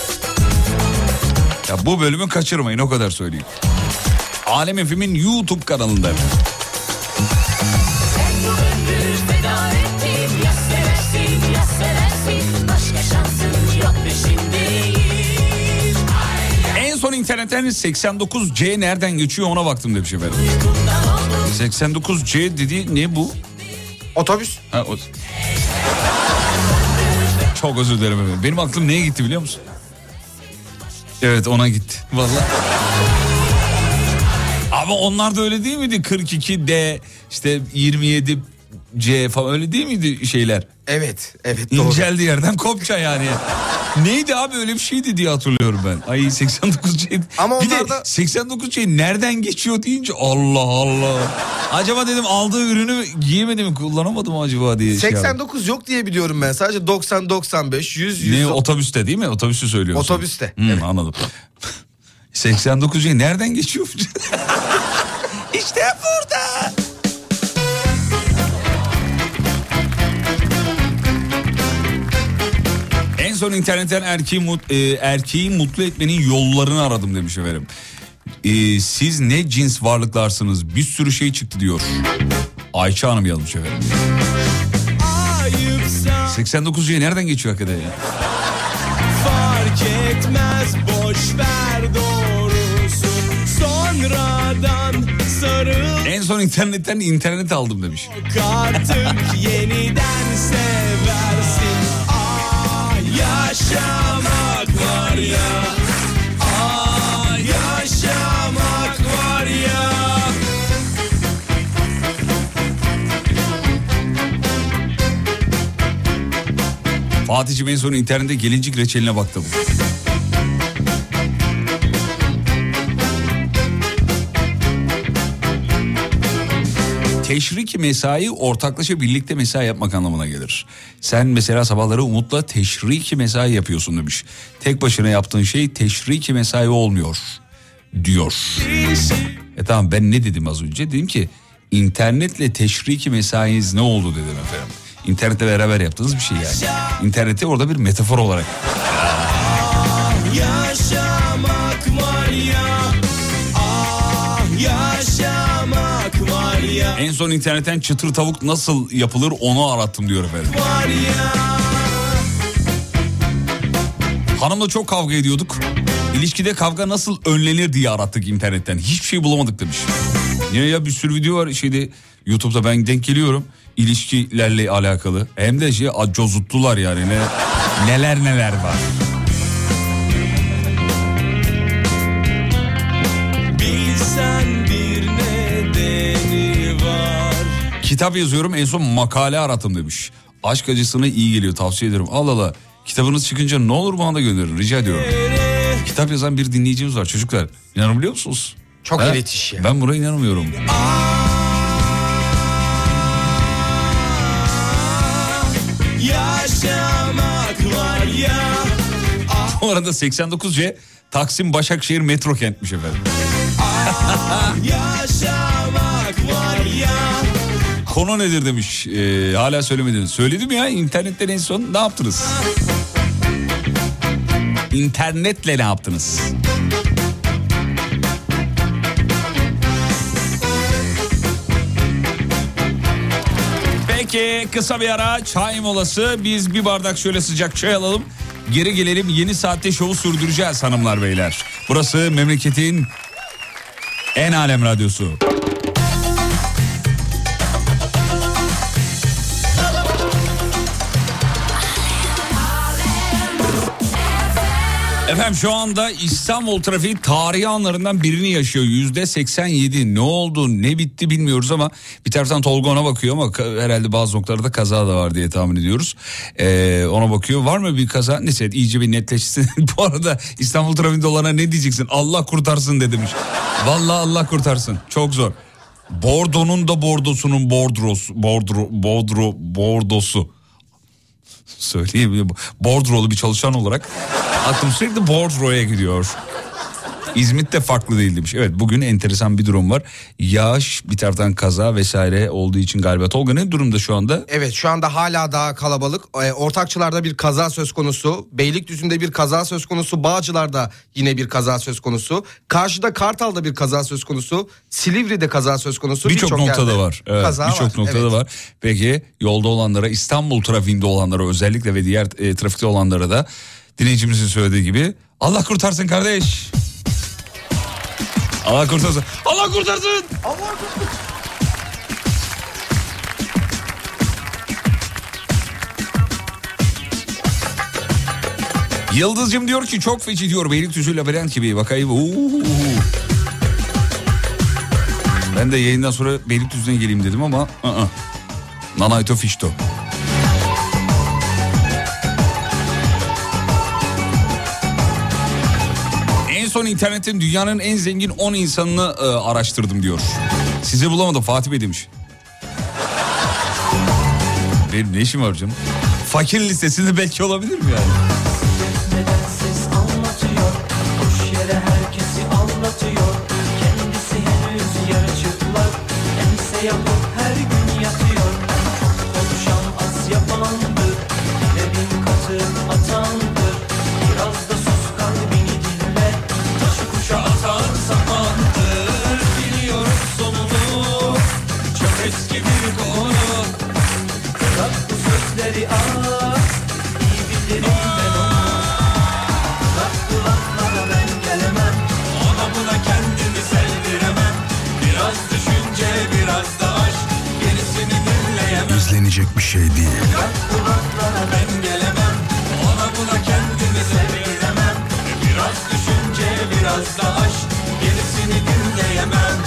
Ya bu bölümü kaçırmayın, o kadar söyleyeyim. Alem F M'in YouTube kanalında. En son internetten seksen dokuz C nereden geçiyor ona baktım demiş efendim. seksen dokuz C dedi, ne bu? Otobüs. Ha, o... Çok özür dilerim efendim. Benim aklım neye gitti biliyor musun? Evet, ona gitti. Vallahi. Ama onlar da öyle değil miydi? kırk iki D, işte yirmi yedi C falan, öyle değil miydi şeyler? Evet, evet doğru. İnceldi yerden kopça yani. Neydi abi, öyle bir şeydi diye hatırlıyorum ben. Ay seksen dokuz C. Ama bir de onlarda... seksen dokuz C nereden geçiyor deyince Allah Allah. Acaba dedim aldığı ürünü giyemedi mi, kullanamadı mı acaba diye. seksen dokuz şey yok diye biliyorum ben. Sadece doksan, doksan beş, yüz, yüz. Ne, otobüste değil mi? Otobüsü söylüyorsun. Otobüste. Hmm, evet. Anladım. seksen dokuz C nereden geçiyor? İşte burada. En son internetten erkeği, mut, e, erkeği mutlu etmenin yollarını aradım demiş efendim. E, siz ne cins varlıklarsınız, bir sürü şey çıktı diyor. Ayça Hanım yazmış efendim. Ayıpsa seksen dokuz C nereden geçiyor hakikaten ya? fark etmez, boş ver doğrusu. Sonradan sarıl. En son internetten internet aldım demiş. Artık yeniden seversin. Ah yaşamak var ya. Ah yaşamak var ya. Fatih'cim en son internette gelincik reçeline baktım. Teşrik mesai ortaklaşa birlikte mesai yapmak anlamına gelir. Sen mesela sabahları Umut'la teşrik mesai yapıyorsun demiş. Tek başına yaptığın şey teşrik mesai olmuyor diyor. E tamam, ben ne dedim az önce? Dedim ki internetle teşrik mesainiz ne oldu dedim efendim. İnternette beraber yaptığınız bir şey yani. İnterneti orada bir metafor olarak. Yaşamak var ya. Ah yaşamak var ya. En son internetten çıtır tavuk nasıl yapılır onu arattım diyor efendim. Var ya. Hanımla çok kavga ediyorduk. İlişkide kavga nasıl önlenir diye arattık internetten. Hiçbir şey bulamadık demiş. Yine ya bir sürü video var şeyde YouTube'da, ben denk geliyorum. İlişkilerle alakalı. Hem de şey cozuttular yani. Ne, neler neler var. Bilsen bir nedeni var. Kitap yazıyorum, en son makale arattım demiş. Aşk acısına iyi geliyor, tavsiye ederim. Allah Allah, kitabınız çıkınca ne olur bana da gönderin, rica ediyorum. Kitap yazan bir dinleyicimiz var çocuklar. İnanabiliyor musunuz? Çok Ha? elit iş ya. Ben buna inanamıyorum. Yaşamak var ya. Bu arada seksen dokuz C Taksim Başakşehir metro kentmiş efendim. Yaşamak var ya. Konu nedir demiş. Ee, hala söylemediniz. Söyledim ya, internetten en son ne yaptınız? İnternetle ne yaptınız? Peki kısa bir ara, çay molası. Biz bir bardak şöyle sıcak çay alalım. Geri gelelim, yeni saatte şovu sürdüreceğiz hanımlar beyler. Burası memleketin en alem radyosu. Efendim şu anda İstanbul trafiği tarihi anlarından birini yaşıyor. Yüzde seksen yedi. Ne oldu ne bitti bilmiyoruz ama bir taraftan Tolga ona bakıyor ama herhalde bazı noktalarda kaza da var diye tahmin ediyoruz. Ee, ona bakıyor. Var mı bir kaza? Neyse iyice bir netleşsin. Bu arada İstanbul trafiğinde olana ne diyeceksin? Allah kurtarsın de demiş. Vallahi Allah kurtarsın. Çok zor. Bordo'nun da bordosunun bordrosu. Bordro, bordro, bordosu. Söyleyeyim, bordrolu bir çalışan olarak aklım sürekli bordroya gidiyor. İzmit de farklı değil demiş. Evet, bugün enteresan bir durum var. Yağış, bir taraftan kaza vesaire olduğu için galiba. Tolga ne durumda şu anda? Evet, şu anda hala daha kalabalık. E, Ortakçılar'da bir kaza söz konusu. Beylikdüzü'nde bir kaza söz konusu. Bağcılar'da yine bir kaza söz konusu. Karşıda Kartal'da bir kaza söz konusu. Silivri'de kaza söz konusu. Birçok Bir noktada yerde var. Evet, birçok noktada evet. var. Peki yolda olanlara, İstanbul trafiğinde olanlara özellikle ve diğer e, trafikte olanlara da dinleyicimizin söylediği gibi Allah kurtarsın kardeş. Allah kurtarsın. Allah kurtarsın. Allah kurtarsın. Yıldızcığım diyor ki çok feci diyor, Beylikdüzü labirent gibi bakayım. Uuu. Ben de yayından sonra Beylikdüzü'ne geleyim dedim ama ı-ı. Nanayto fişto. En son internetin dünyanın en zengin on insanını e, araştırdım diyor. Sizi bulamadım Fatih Bey demiş. Benim ne işim var canım? Fakir listesinde belki olabilir mi yani? Nedensiz anlatıyor, boş yere herkesi aldatıyor. Kendisi henüz yarı çıplak, ense yapıp her gün yatıyor. Çok konuşan az yapandır, bile bin katı atandır. Biraz da sus kalbini dinle, taşı kuşa atan samandır. Biliyoruz sonunu, çok eski bir konu. Bırak bu sözleri ah, iyi bilirim ben onu. Bırak kulaklara ben gelemem, ona buna kendimi sevdiremem. Biraz düşünce biraz da aşk, gerisini dinleyemem. İzlenecek bir şey değil. Bırak kulaklara ben gelemem, ona buna kendimi sevdiremem. Biraz düşünce biraz da aşk, gerisini dinleyemem.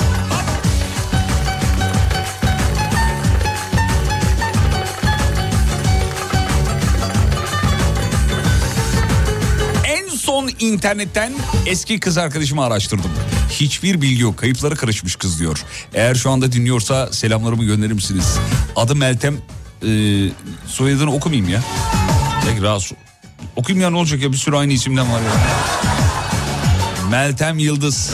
Son internetten eski kız arkadaşımı araştırdım. Hiçbir bilgi yok. Kayıplara karışmış kız diyor. Eğer şu anda dinliyorsa selamlarımı gönderir misiniz? Adı Meltem. Ee, soyadını okumayayım ya. Peki rahatsız. Okuyayım ya, ne olacak ya, bir sürü aynı isimden var ya. Meltem Yıldız.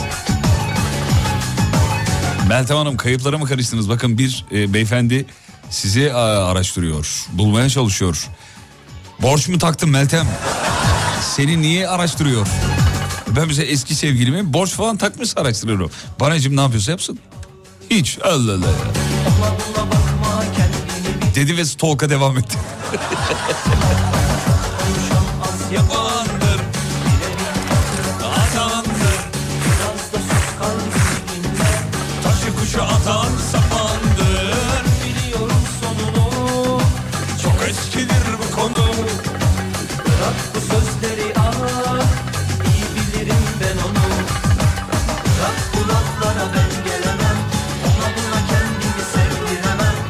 Meltem Hanım, kayıplara mı karıştınız? Bakın bir e, beyefendi sizi e, araştırıyor. Bulmaya çalışıyor. Borç mu taktın Meltem? Seni niye araştırıyor? Ben mesela eski sevgilimi borç falan takmışsa araştırıyorum. Banacığım ne yapıyorsa yapsın. Hiç. Allah Allah. Dedi ve stalk'a devam etti. Yapandır, atandır, taşı kuşu atan sapandır. Biliyorum sonunu, Çok eskidir bu konu. bırak bu sözleri ah, iyi bilirim ben onu. Bırak kulaklara ben gelemem, ona buna kendimi sevdiremem.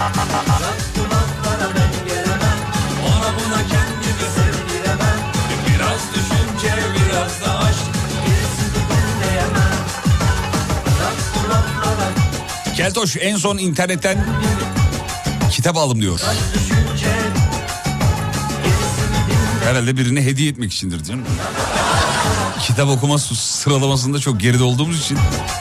ben gelemem. Ona buna kendimi sevdiremem. Biraz düşünce biraz da aşk, gerisini dinleyemem. Bırak bu laflara. Keltoş en son internetten kitap aldım diyor. Herhalde birine hediye etmek içindir canım. Kitap okuma sıralamasında çok geride olduğumuz için.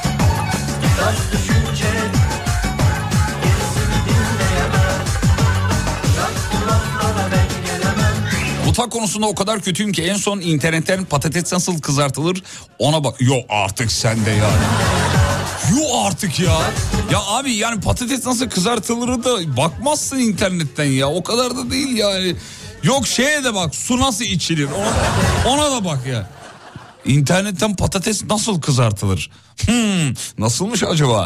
Mutfak konusunda o kadar kötüyüm ki en son internetten patates nasıl kızartılır ona bak. Yok artık sen de yani. Yok artık ya. Ya abi yani patates nasıl kızartılır da bakmazsın internetten ya. O kadar da değil yani. Yok şeye de bak, su nasıl içilir ona, ona da bak ya. İnternetten patates nasıl kızartılır? Hmm, nasılmış acaba?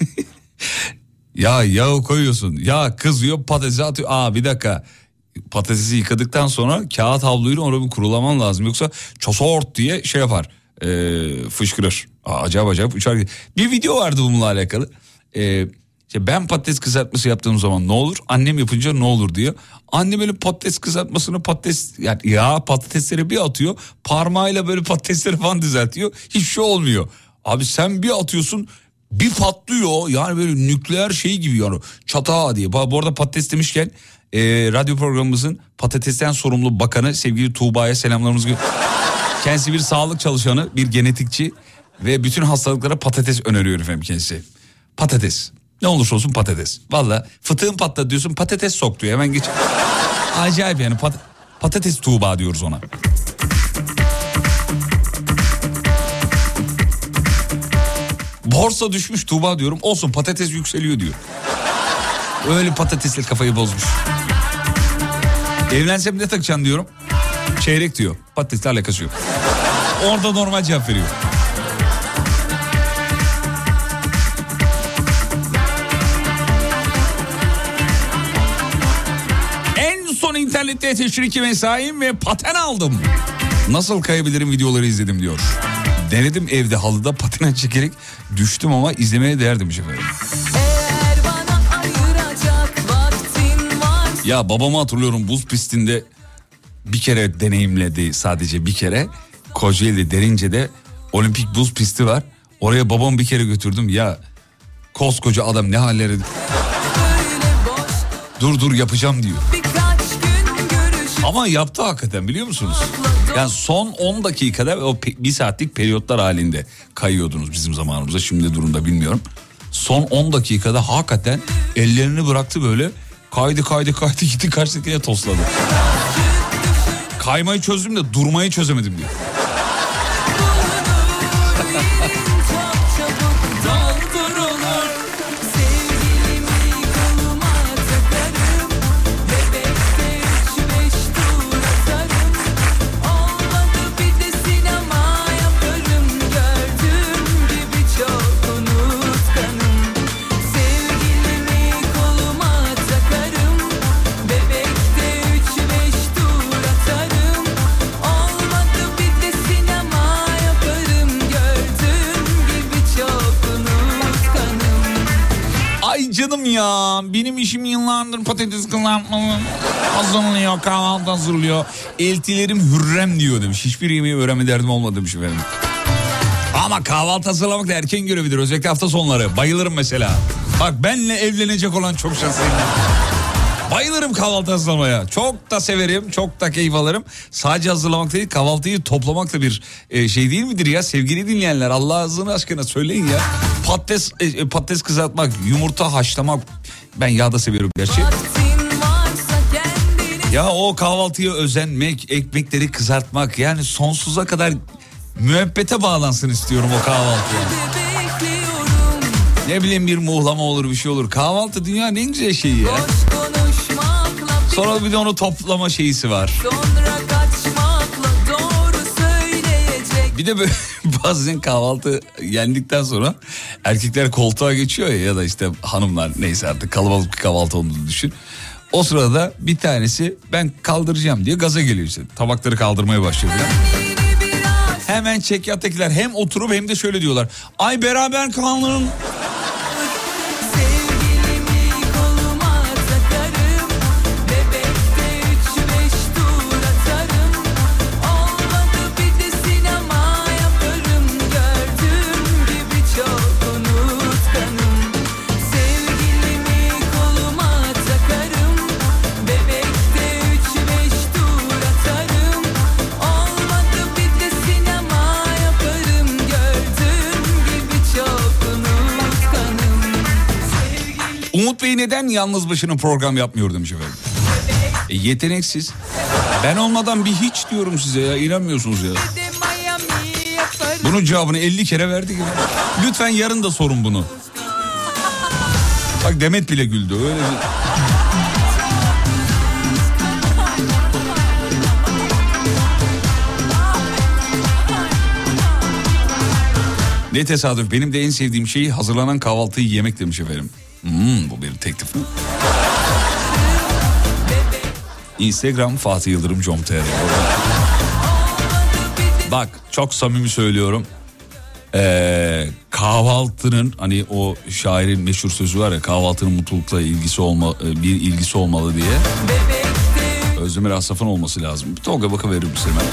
Ya yağı koyuyorsun. Ya kızıyor, patatesi atıyor. Aa bir dakika. Patatesi yıkadıktan sonra kağıt havluyla onu bir kurulaman lazım. Yoksa çosort diye şey yapar. Ee, fışkırır. Aa, acayip acayip uçar. Bir video vardı bununla alakalı. Ee, işte ben patates kızartması yaptığım zaman ne olur? Annem yapınca ne olur diyor. Annem böyle patates kızartmasını patates yani ya patatesleri bir atıyor. Parmağıyla böyle patatesleri falan düzeltiyor. Hiçbir şey olmuyor. Abi sen bir atıyorsun bir patlıyor. Yani böyle nükleer şey gibi yani. Çata diye. Bu arada patates demişken e, radyo programımızın patatesten sorumlu bakanı sevgili Tuğba'ya selamlarımızı gönderiyoruz. Kendisi bir sağlık çalışanı, bir genetikçi ve bütün hastalıklara patates öneriyor efendim kendisi. Patates. Ne olursa olsun patates. Valla fıtığın patladı diyorsun, patates sok diyor. Hemen geç. Acayip yani pat- patates Tuğba diyoruz ona. Borsa düşmüş Tuğba diyorum. Olsun patates yükseliyor diyor. Öyle patatesle kafayı bozmuş. Evlensem ne takacaksın diyorum. Çeyrek diyor. Patatesle alakası yok. Orada normal cevap veriyor. En son internette teşriki mesaim ve paten aldım. Nasıl kayabilirim videoları izledim diyor. Denedim evde halıda paten çekerek düştüm ama izlemeye değer demiş efendim. Ya babamı hatırlıyorum buz pistinde bir kere deneyimledi sadece bir kere. Kocaeli Derince'de olimpik buz pisti var. Oraya babamı bir kere götürdüm ya. Koskoca adam ne halleri. Dur dur yapacağım diyor. Ama yaptı hakikaten biliyor musunuz? Yani son on dakikada o bir saatlik periyotlar halinde kayıyordunuz bizim zamanımızda. Şimdi durumda bilmiyorum. Son on dakikada hakikaten ellerini bıraktı böyle. Kaydı kaydı kaydı gitti karşıdakine tosladı. Kaymayı çözdüm de durmayı çözemedim diyor. Canım ya benim işim yıllardır patates kızartma hazırlıyor, kahvaltı hazırlıyor. Eltilerim Hürrem diyor demiş. Hiçbir yemeği öğrenme derdim olmadı demiş efendim. Ama kahvaltı hazırlamak da erken görebilir. Özellikle hafta sonları. Bayılırım mesela. Bak benle evlenecek olan çok şanslıyım. Bayılırım kahvaltı hazırlamaya. Çok da severim, çok da keyif alırım. Sadece hazırlamak değil, kahvaltıyı toplamak da bir e, şey değil midir ya? Sevgili dinleyenler, Allah aşkına söyleyin ya. Patates, e, patates kızartmak, yumurta haşlamak. Ben yağda seviyorum gerçi. Ya o kahvaltıya özenmek, ekmekleri kızartmak. Yani sonsuza kadar müebbete bağlansın istiyorum o kahvaltıya. Ne bileyim bir muhlama olur, bir şey olur. Kahvaltı dünyanın en güzel şeyi ya. Sonra bir de onu toplama şeysi var. Bir de böyle bazen kahvaltı yendikten sonra erkekler koltuğa geçiyor ya, ya da işte hanımlar neyse artık kalabalık bir kahvaltı olduğunu düşün. O sırada bir tanesi ben kaldıracağım diye gaza geliyor işte. Tabakları kaldırmaya başlıyor. Hemen çekyattakiler hem oturup hem de şöyle diyorlar. Ay beraber kaldırın. Umut Bey neden yalnız başına program yapmıyor demiş efendim. E, yeteneksiz. Ben olmadan bir hiç diyorum size ya, inanmıyorsunuz ya. Bunun cevabını elli kere verdik. Lütfen yarın da sorun bunu. Bak Demet bile güldü. Öyle bir... Ne tesadüf, benim de en sevdiğim şey hazırlanan kahvaltıyı yemek demiş efendim. Hmm, bu bir teklif mi? Instagram Fatih Yıldırım nokta com nokta tr. Bak çok samimi söylüyorum. Ee, kahvaltının, hani o şairin meşhur sözü var ya, kahvaltının mutlulukla ilgisi olma, bir ilgisi olmalı diye. Özdemir Asaf'ın olması lazım. Bir Tolga bakıverir misin hemen?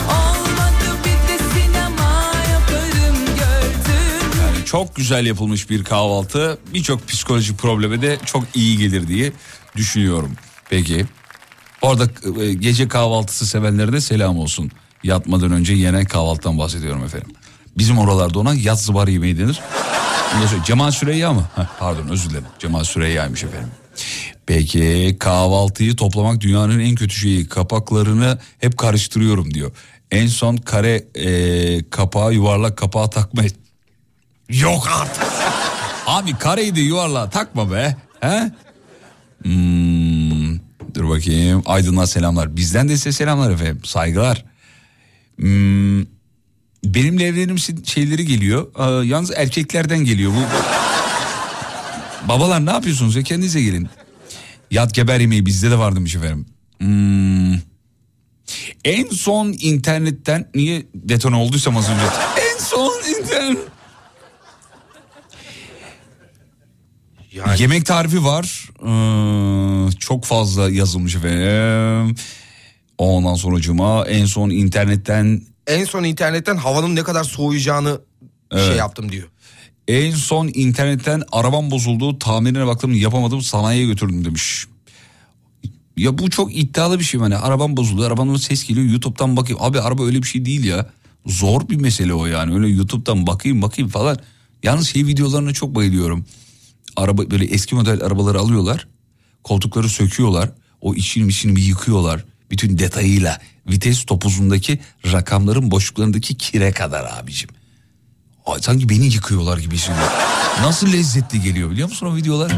Yani çok güzel yapılmış bir kahvaltı birçok psikolojik probleme de çok iyi gelir diye düşünüyorum. Peki. Orada gece kahvaltısı sevenlere de selam olsun. Yatmadan önce yenen kahvaltıdan bahsediyorum efendim. Bizim oralarda ona yat zıbar yemeği denir. Cemal Süreyya mı? Heh, pardon özür dilerim. Cemal Süreyya'ymış efendim. Peki kahvaltıyı toplamak dünyanın en kötü şeyi. Kapaklarını hep karıştırıyorum diyor. En son kare e, kapağı yuvarlak kapağı takmayı. Yok artık. Abi kareyi de yuvarlağa takma be. He? Hmm, dur bakayım. Aydın'a selamlar. Bizden de size selamlar efendim. Saygılar. Hmm, benimle evlenim şeyleri geliyor. Ee, yalnız erkeklerden geliyor. Bu babalar ne yapıyorsunuz ya, kendinize gelin. Yat geber yemeği bizde de var demiş efendim. Hmm. En son internetten niye detone olduysam az önce. En son internet. Yani... Yemek tarifi var. Ee, çok fazla yazılmış efendim. Ondan sonra cuma en son internetten. En son internetten havanın ne kadar soğuyacağını evet. şey yaptım diyor. En son internetten arabam bozuldu, tamirine baktım yapamadım, sanayiye götürdüm demiş. Ya bu çok iddialı bir şey, hani arabam bozuldu, arabanın ses geliyor, YouTube'dan bakayım. Abi araba öyle bir şey değil ya. Zor bir mesele o yani, öyle YouTube'dan bakayım bakayım falan. Yalnız şey videolarına çok bayılıyorum. Araba böyle eski model arabaları alıyorlar, koltukları söküyorlar, o içini içini bir yıkıyorlar. Bütün detayıyla, vites topuzundaki rakamların boşluklarındaki kire kadar abicim. Ay, sanki beni yıkıyorlar gibi hissediyorum. Nasıl lezzetli geliyor biliyor musun o videolar?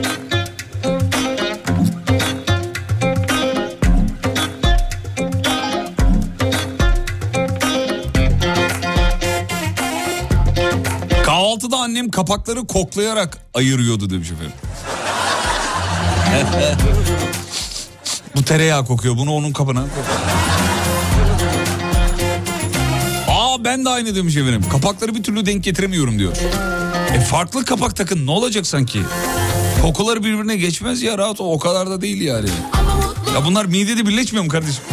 Kahvaltıda annem kapakları koklayarak ayırıyordu demiş efendim. Bu tereyağı kokuyor, bunu onun kabına kokuyor. Aa ben de aynı demiş efendim. Kapakları bir türlü denk getiremiyorum diyor. E farklı kapak takın, ne olacak sanki? Kokuları birbirine geçmez ya, rahat ol, o kadar da değil yani. Ya bunlar midede birleşmiyor mu kardeşim?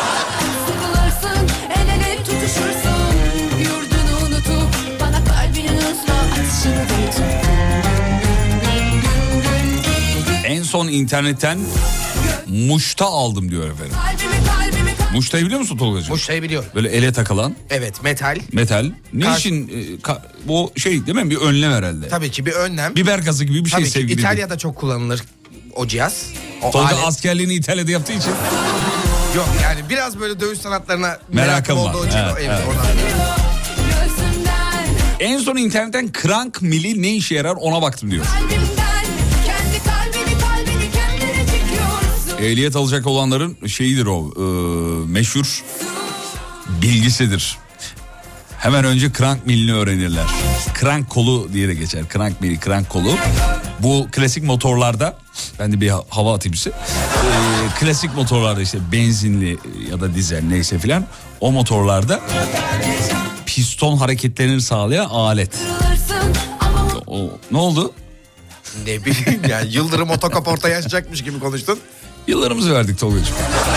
En son internetten muşta aldım diyor efendim. Muştayı biliyor musun Tolgacığım? Muştayı biliyorum. Böyle ele takılan. Evet, metal. Metal. Ne Kar- için? E, ka- bu şey değil mi? Bir önlem herhalde. Tabii ki bir önlem. Biber gazı gibi bir Tabii şey ki sevgili. İtalya'da çok kullanılır o cihaz. O Tolga alet. askerliğini İtalya'da yaptığı için. Yok yani biraz böyle dövüş sanatlarına merakım merakım var. olduğu için. Evet, Evet, evet. oradan. En son internetten crank mili ne işe yarar ona baktım diyor. Ehliyet alacak olanların şeyidir o, e, meşhur bilgisidir. Hemen önce crank milini öğrenirler. Crank kolu diye de geçer. Crank mili, crank kolu. Bu klasik motorlarda, ben de bir hava atayım size. E, klasik motorlarda işte benzinli ya da dizel neyse filan, o motorlarda piston hareketlerini sağlayan alet. O, ne oldu? Ne bileyim ya, Yıldırım Otokaport'a yaşayacakmış gibi konuştun. Yıllarımızı verdik Tolga'cığım.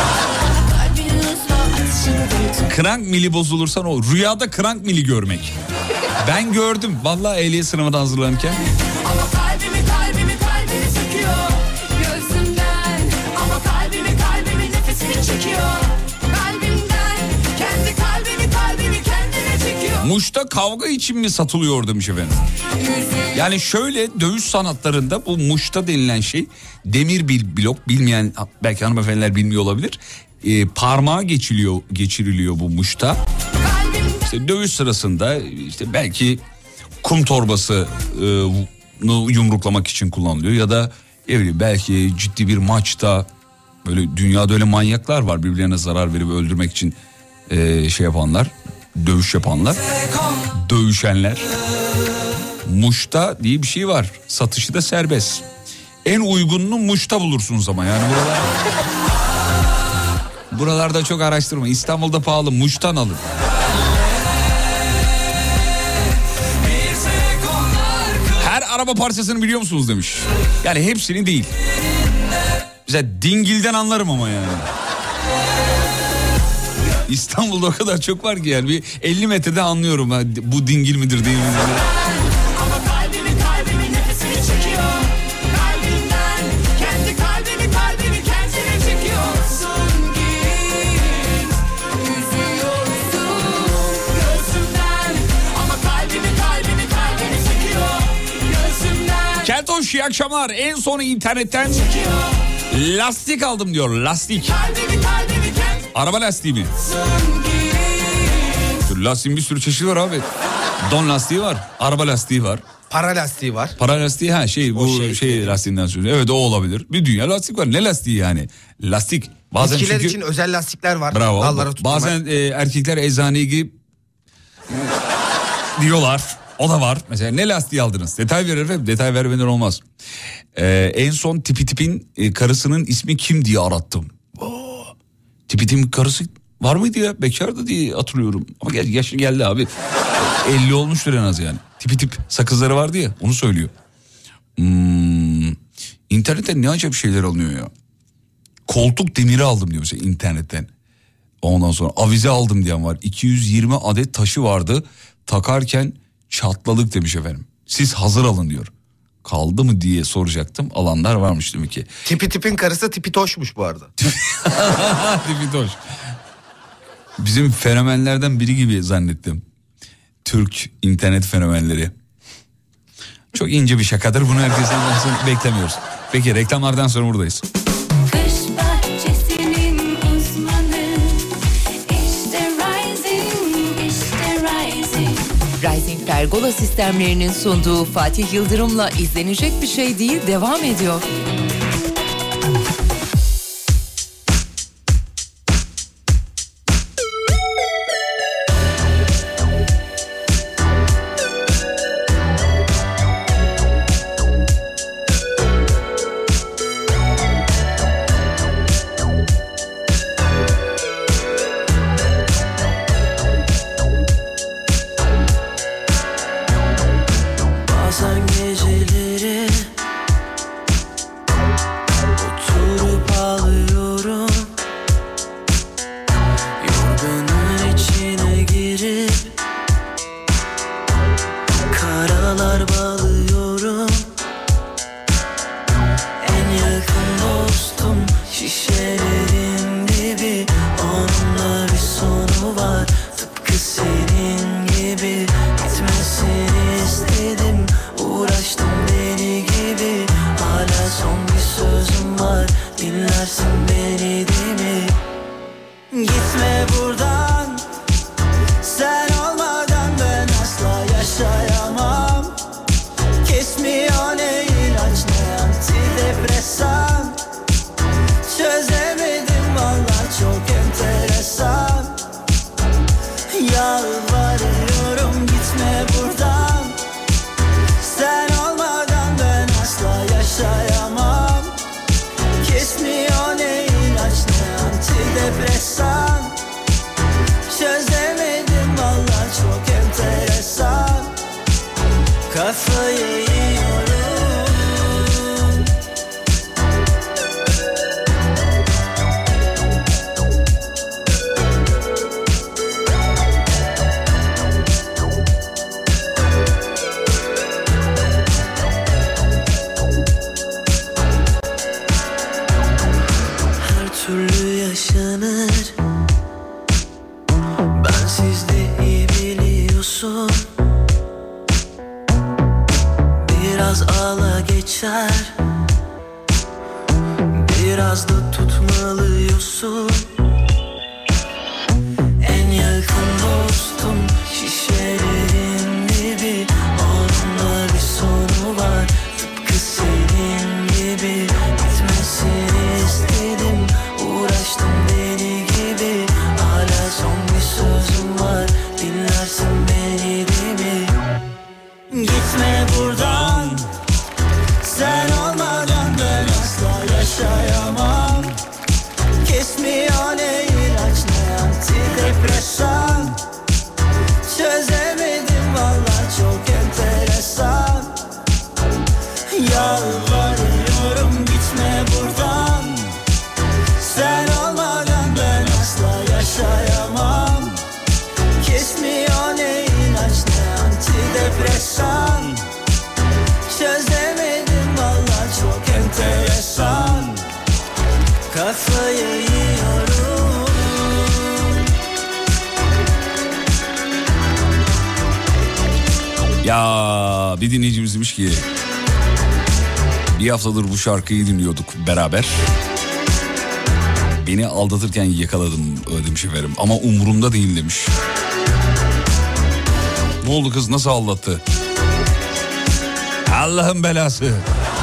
Crank mili bozulursa ne olur? Rüyada crank mili görmek. Ben gördüm vallahi ehliyet sınavına hazırlanırken. Ama kalbimi kalbimi kalbimi söküyor gözümden. Ama kalbimi kalbimi nefesini çekiyor kalbimden. Kendi kalbimi kalbimi kendine çekiyor. Muş'ta kavga için mi satılıyor demiş efendim. Yani şöyle, dövüş sanatlarında bu muşta denilen şey demir bir blok, bilmeyen belki hanımefendiler bilmiyor olabilir. E, parmağa geçiliyor, geçiriliyor bu muşta. İşte dövüş sırasında işte belki kum torbası e, yumruklamak için kullanılıyor ya da evet, belki ciddi bir maçta böyle dünyada öyle manyaklar var, birbirlerine zarar verip öldürmek için e, şey yapanlar, dövüş yapanlar, dövüşenler. Muşta diye bir şey var, satışı da serbest. En uygununu Muş'ta bulursunuz ama yani buralar, buralarda çok araştırma. İstanbul'da pahalı, Muş'tan alın. Her araba parçasını biliyor musunuz demiş. Yani hepsini değil. Mesela dingilden anlarım ama yani. İstanbul'da o kadar çok var ki yani bir elli metrede anlıyorum ha, bu dingil midir değil midir. Ama kalbimi kalbimi nefesini çekiyor. Kalbimden kendi kalbimi kalbimi kendine çekiyorsun git. Üzüyorsun gözümden. Ama kalbimi kalbimi kalbimi çekiyor gözümden. Keltoş, iyi akşamlar. En son internetten lastik aldım diyor, lastik. Kalbimi kalbimi kendine. Araba lastiği mi? Lastiğin bir sürü çeşidi var abi. Don lastiği var, araba lastiği var. Para lastiği var. Para lastiği ha şey bu şey, şey lastiğinden söylüyor. Evet, o olabilir. Bir dünya lastik var. Ne lastiği yani? Lastik. Bazen Eskiler çünkü... için özel lastikler var. Bravo. Dallara tutturmak. Bazen e, erkekler eczaneye gidip diyorlar. O da var. Mesela ne lastiği aldınız? Detay verir efendim. Detay vermeden olmaz. Ee, en son Tipi Tip'in e, karısının ismi kim diye arattım. Oo. Tipi Tip'in karısı var mıydı ya? Bekardı diye hatırlıyorum. Ama yaşı geldi abi. elli olmuştur en az yani. Tipi Tip sakızları vardı ya, onu söylüyor. Hmm, internetten ne acayip şeyler alınıyor ya. Koltuk demiri aldım diyor mesela internetten. Ondan sonra avize aldım diyen var. iki yüz yirmi adet taşı vardı. Takarken çatladık demiş efendim. Siz hazır alın diyor. Kaldı mı diye soracaktım. Alanlar varmış demek ki. Tipi Tip'in karısı Tipi Toş'muş bu arada. Tipi Toş. Bizim fenomenlerden biri gibi zannettim. Türk internet fenomenleri. Çok ince bir şakadır. Bunu herkesten beklemiyoruz. Peki reklamlardan sonra buradayız. Kış bahçesinin uzmanı. İşte Rising, işte Rising. Rising Pergola sistemlerinin sunduğu Fatih Yıldırım'la izlenecek bir şey değil devam ediyor. Ben siz de iyi biliyorsun. biter. Biraz da tutmalıyorsun. En yakın dostum şişelerin dibi. Onunla bir sonu var, tıpkı senin gibi. Bitmesini istedim, uğraştım deli gibi. Hala son bir sözüm var, dinlersin beni değil mi? Gitme buradan, sen olmadan ben asla yaşayamam. Kesmiyor ne ilaç ne antidepresan. Çözemedim valla, çok enteresan. Yalvarıyorum gitme buradan. Sen olmadan ben asla yaşayamam. Kesmiyor ne ilaç ne antidepresan. Çözemedim valla, çok enteresan. Kafayı yiyorum. Ya bir dinleyicimiz demiş ki bir haftadır bu şarkıyı dinliyorduk beraber. Beni aldatırken yakaladım demiş efendim ama umurumda değil demiş. Ne oldu kız, nasıl aldattı? Allah'ın belası.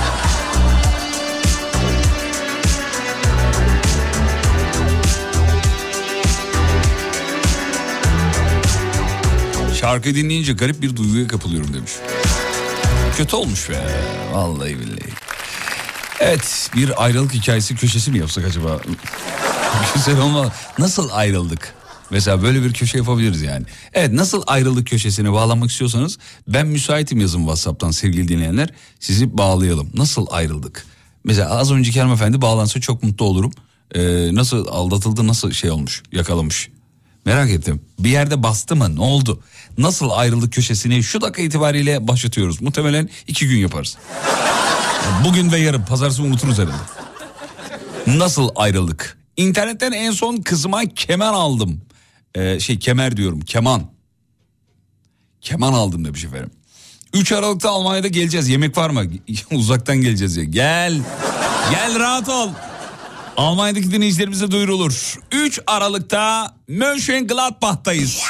Şarkı dinleyince garip bir duyguya kapılıyorum demiş. Kötü olmuş be. Vallahi billahi. Evet, bir ayrılık hikayesi köşesi mi yapsak acaba? Güzel olmaz. Nasıl ayrıldık? Mesela böyle bir köşe yapabiliriz yani. Evet, nasıl ayrılık köşesine bağlanmak istiyorsanız ben müsaitim, yazın WhatsApp'tan sevgili dinleyenler. Sizi bağlayalım. Nasıl ayrıldık? Mesela az önceki hanımefendi bağlansa çok mutlu olurum. Ee, nasıl aldatıldı, nasıl şey olmuş, yakalamış. Merak ettim. Bir yerde bastı mı? Ne oldu? Nasıl ayrıldık köşesini şu dakika itibariyle başlatıyoruz. Muhtemelen iki gün yaparız. Bugün ve yarın, pazartesi unuturuz herhalde. Nasıl ayrıldık? İnternetten en son kızıma kemer aldım. Ee, şey kemer diyorum, keman. Keman aldım demiş efendim. üç Aralık'ta Almanya'da geleceğiz. Yemek var mı? Uzaktan geleceğiz ya. Gel. Gel, rahat ol. Almanya'daki dinleyicilerimize duyurulur. üç Aralık'ta Mönchengladbach'tayız.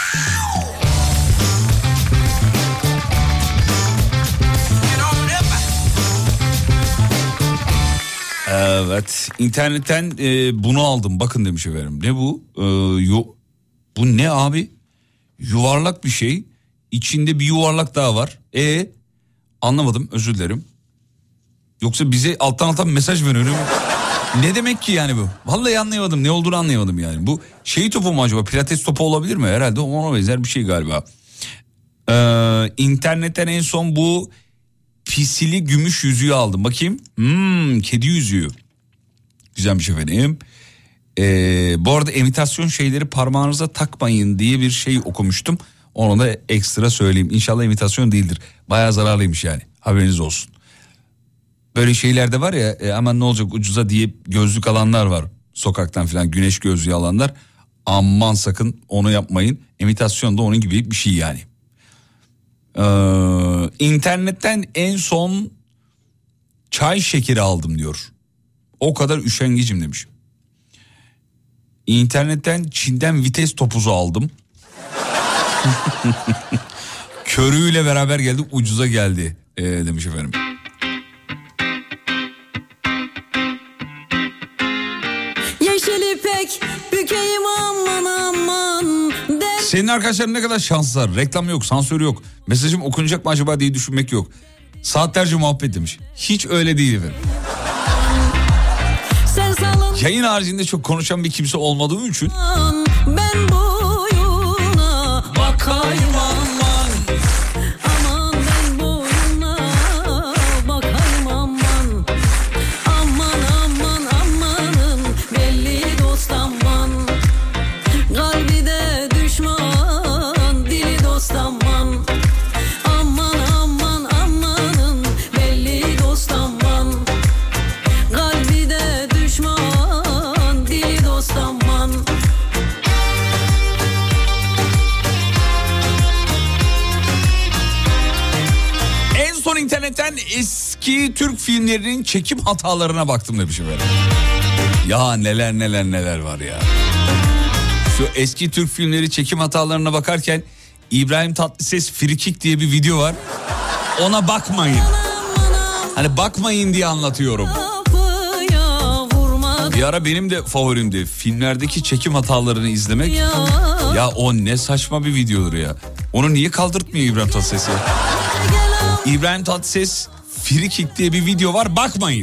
Evet, internetten e, bunu aldım. Bakın demiş efendim. Ne bu? Ee, yo, bu ne abi? Yuvarlak bir şey. İçinde bir yuvarlak daha var. E anlamadım, özür dilerim. Yoksa bize alttan alttan mesaj veriyor mu? Ne demek ki yani bu? Vallahi anlayamadım, ne olduğunu anlayamadım yani. Bu şey topu mu acaba? Pilates topu olabilir mi? Herhalde ona benzer bir şey galiba. Ee, internetten en son bu pisili gümüş yüzüğü aldım. Bakayım. Hmm, kedi yüzüğü. Güzelmiş efendim. Ee, bu arada imitasyon şeyleri parmağınıza takmayın diye bir şey okumuştum. Onu da ekstra söyleyeyim. İnşallah imitasyon değildir. Bayağı zararlıymış yani. Haberiniz olsun. Böyle şeyler de var ya, e, aman ne olacak ucuza diye gözlük alanlar var. Sokaktan filan güneş gözlüğü alanlar. Aman sakın onu yapmayın. İmitasyon da onun gibi bir şey yani. Ee, internetten en son çay şekeri aldım diyor. O kadar üşengecim demiş. İnternetten Çin'den vites topuzu aldım. Körüğüyle beraber geldi, ucuza geldi ee, demiş efendim. Yeşil ipek bükeyim aman aman. Der... Senin arkadaşların ne kadar şanslılar. Reklam yok, sansür yok. Mesajım okunacak mı acaba diye düşünmek yok. Saatlerce muhabbet demiş. Hiç öyle değil efendim. Yayın haricinde çok konuşan bir kimse olmadığım için. Ben boyuna bakayım aman. Aman ben boyuna bakayım aman. Aman aman amanın belli dost aman. Kalbi de düşman, dili dost aman. Aman aman amanın belli dost aman. Kalbi de düşman, dili dost aman. Eski Türk filmlerinin çekim hatalarına baktım demişim böyle. Ya neler neler neler var ya. Şu eski Türk filmleri çekim hatalarına bakarken İbrahim Tatlıses Frikik diye bir video var. Ona bakmayın. Hani bakmayın diye anlatıyorum. Bir ara benim de favorimdi. Filmlerdeki çekim hatalarını izlemek. Ya o ne saçma bir videodur ya. Onu niye kaldırtmıyor İbrahim Tatlıses ya? İbrahim Tatlıses Frikik diye bir video var, bakmayın.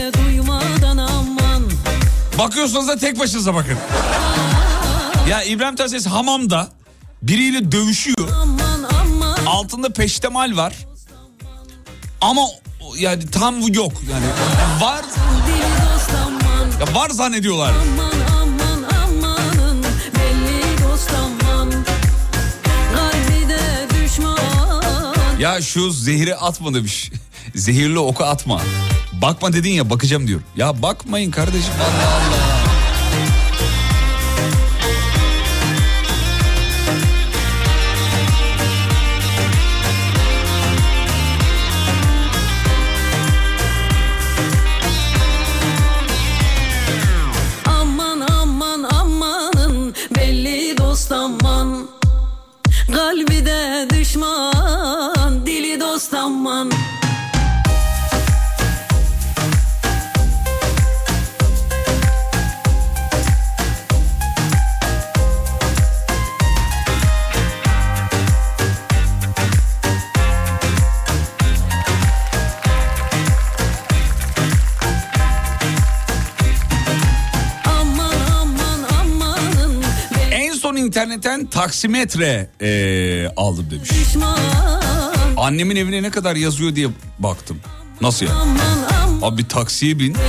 Bakıyorsanız da tek başınıza bakın. Ya İbrahim Tatlıses hamamda biriyle dövüşüyor. Altında peştemal var. Ama yani tam yok yani. Var. Ya var zannediyorlar. Ya şu zehri atma demiş. Zehirli oku atma. Bakma dedin ya, bakacağım diyor. Ya bakmayın kardeşim, Allah Allah. Aman aman amanın belli dost aman. Kalbi de düşman, dili dost aman. İnternetten taksimetre ee, aldım demiş. Annemin evine ne kadar yazıyor diye baktım. Nasıl ya? Abi bir taksiye bin.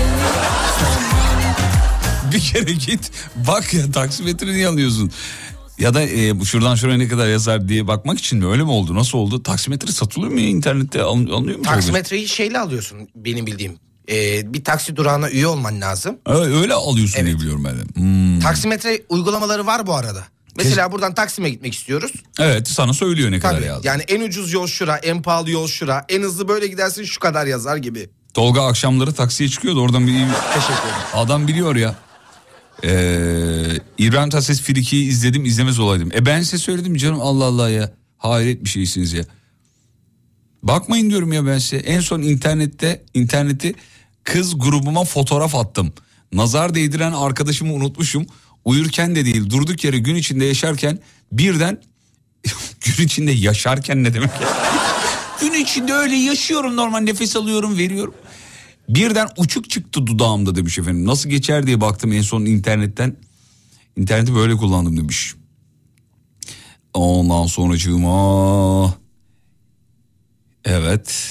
Bir kere git bak ya, taksimetre niye alıyorsun? Ya da e, şuradan şuraya ne kadar yazar diye bakmak için mi? Öyle mi oldu? Nasıl oldu? Taksimetre satılıyor mu ya internette? Alınıyor mu? Taksimetreyi şeyle alıyorsun benim bildiğim. Ee, bir taksi durağına üye olman lazım. Öyle, öyle alıyorsun evet. diye biliyorum ben de. Hmm. Taksimetre uygulamaları var bu arada. Mesela Kes... buradan Taksim'e gitmek istiyoruz. Evet, sana söylüyor ne Tabii, kadar yazdı. Yani en ucuz yol şura, en pahalı yol şura, en hızlı böyle gidersin şu kadar yazar gibi. Tolga akşamları taksiye çıkıyordu, oradan bir Teşekkür ederim. Adam biliyor ya. Ee, İbrahim Tatlıses Frikik'i izledim, izlemez olaydım. E ben size söyledim canım, Allah Allah ya. Hayret bir şeysiniz ya. Bakmayın diyorum ya ben size. En son internette interneti kız grubuma fotoğraf attım. Nazar değdiren arkadaşımı unutmuşum. Uyurken de değil, durduk yere gün içinde yaşarken birden gün içinde yaşarken ne demek ya? Gün içinde öyle yaşıyorum, normal nefes alıyorum, veriyorum. Birden uçuk çıktı dudağımda demiş efendim. Nasıl geçer diye baktım en son internetten. İnterneti böyle kullandım demiş. Ondan sonracığıma... Evet.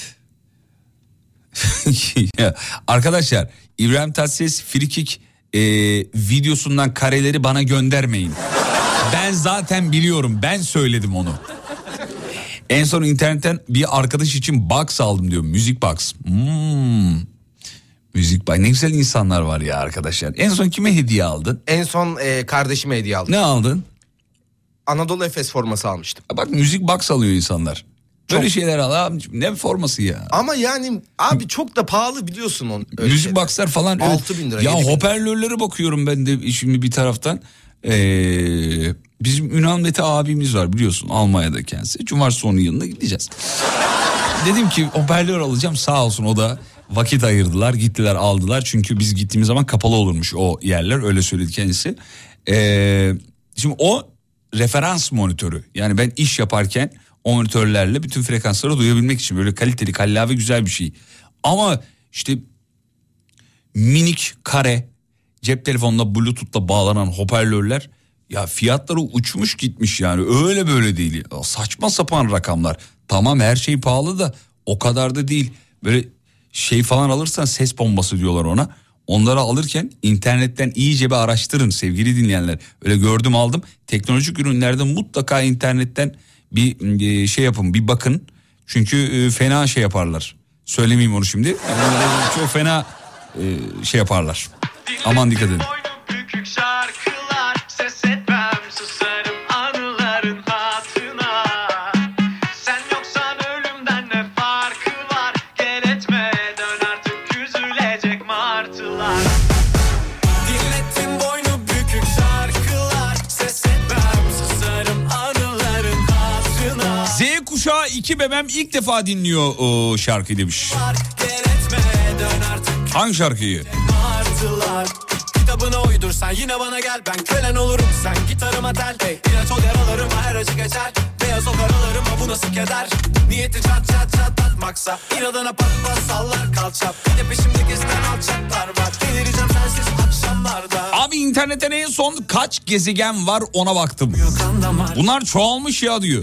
Arkadaşlar İbrahim Tatlıses Frikik e, videosundan kareleri bana göndermeyin. Ben zaten biliyorum, ben söyledim onu. En son internetten bir arkadaş için box aldım diyor, müzik box. Hmm. Müzik box, ne güzel insanlar var ya arkadaşlar. En son kime hediye aldın? En son e, kardeşime hediye aldım. Ne aldın? Anadolu Efes forması almıştım. Bak müzik box alıyor insanlar. Böyle çok... şeyler al abicim, ne forması ya. Ama yani abi çok da pahalı biliyorsun onu. Müzik boxlar falan. altı bin lira. Ya hoparlörlere bakıyorum ben de şimdi bir taraftan. Ee, bizim Ünal Mete abimiz var biliyorsun, Almanya'da kendisi. Cumartesi onun yanına gideceğiz. Dedim ki hoparlör alacağım, sağ olsun o da vakit ayırdılar, gittiler aldılar. Çünkü biz gittiğimiz zaman kapalı olurmuş o yerler, öyle söyledi kendisi. Ee, şimdi o referans monitörü, yani ben iş yaparken o monitörlerle bütün frekansları duyabilmek için böyle kaliteli, kallavi güzel bir şey. Ama işte minik kare cep telefonuna Bluetooth'la bağlanan hoparlörler ya fiyatları uçmuş gitmiş yani, öyle böyle değil. Ya saçma sapan rakamlar. Tamam her şey pahalı da o kadar da değil. Böyle şey falan alırsan, ses bombası diyorlar ona. Onları alırken internetten iyice bir araştırın sevgili dinleyenler. Öyle gördüm aldım. Teknolojik ürünlerde mutlaka internetten bir şey yapın, bir bakın. Çünkü fena şey yaparlar. Söylemeyeyim onu şimdi. Çok fena şey yaparlar. Aman dikkat edin. Fatih Bebem ilk defa dinliyor o şarkıyı demiş. Hangi şarkıyı? Martılar kitabına uydursan yine bana gel, ben kölen olurum sen gitarıma tel. Hey, ilaç ol yaralarıma her acı geçer, beyaz o karalarıma bu nasıl keder. Niyeti çat çat çatlatmaksa inadına pat pat sallar kalçap. Bir de peşimde gezen alçaklar var, delireceğim sensiz akşamlarda. Abi internetten en son kaç gezegen var ona baktım. Bunlar çoğalmış ya diyor.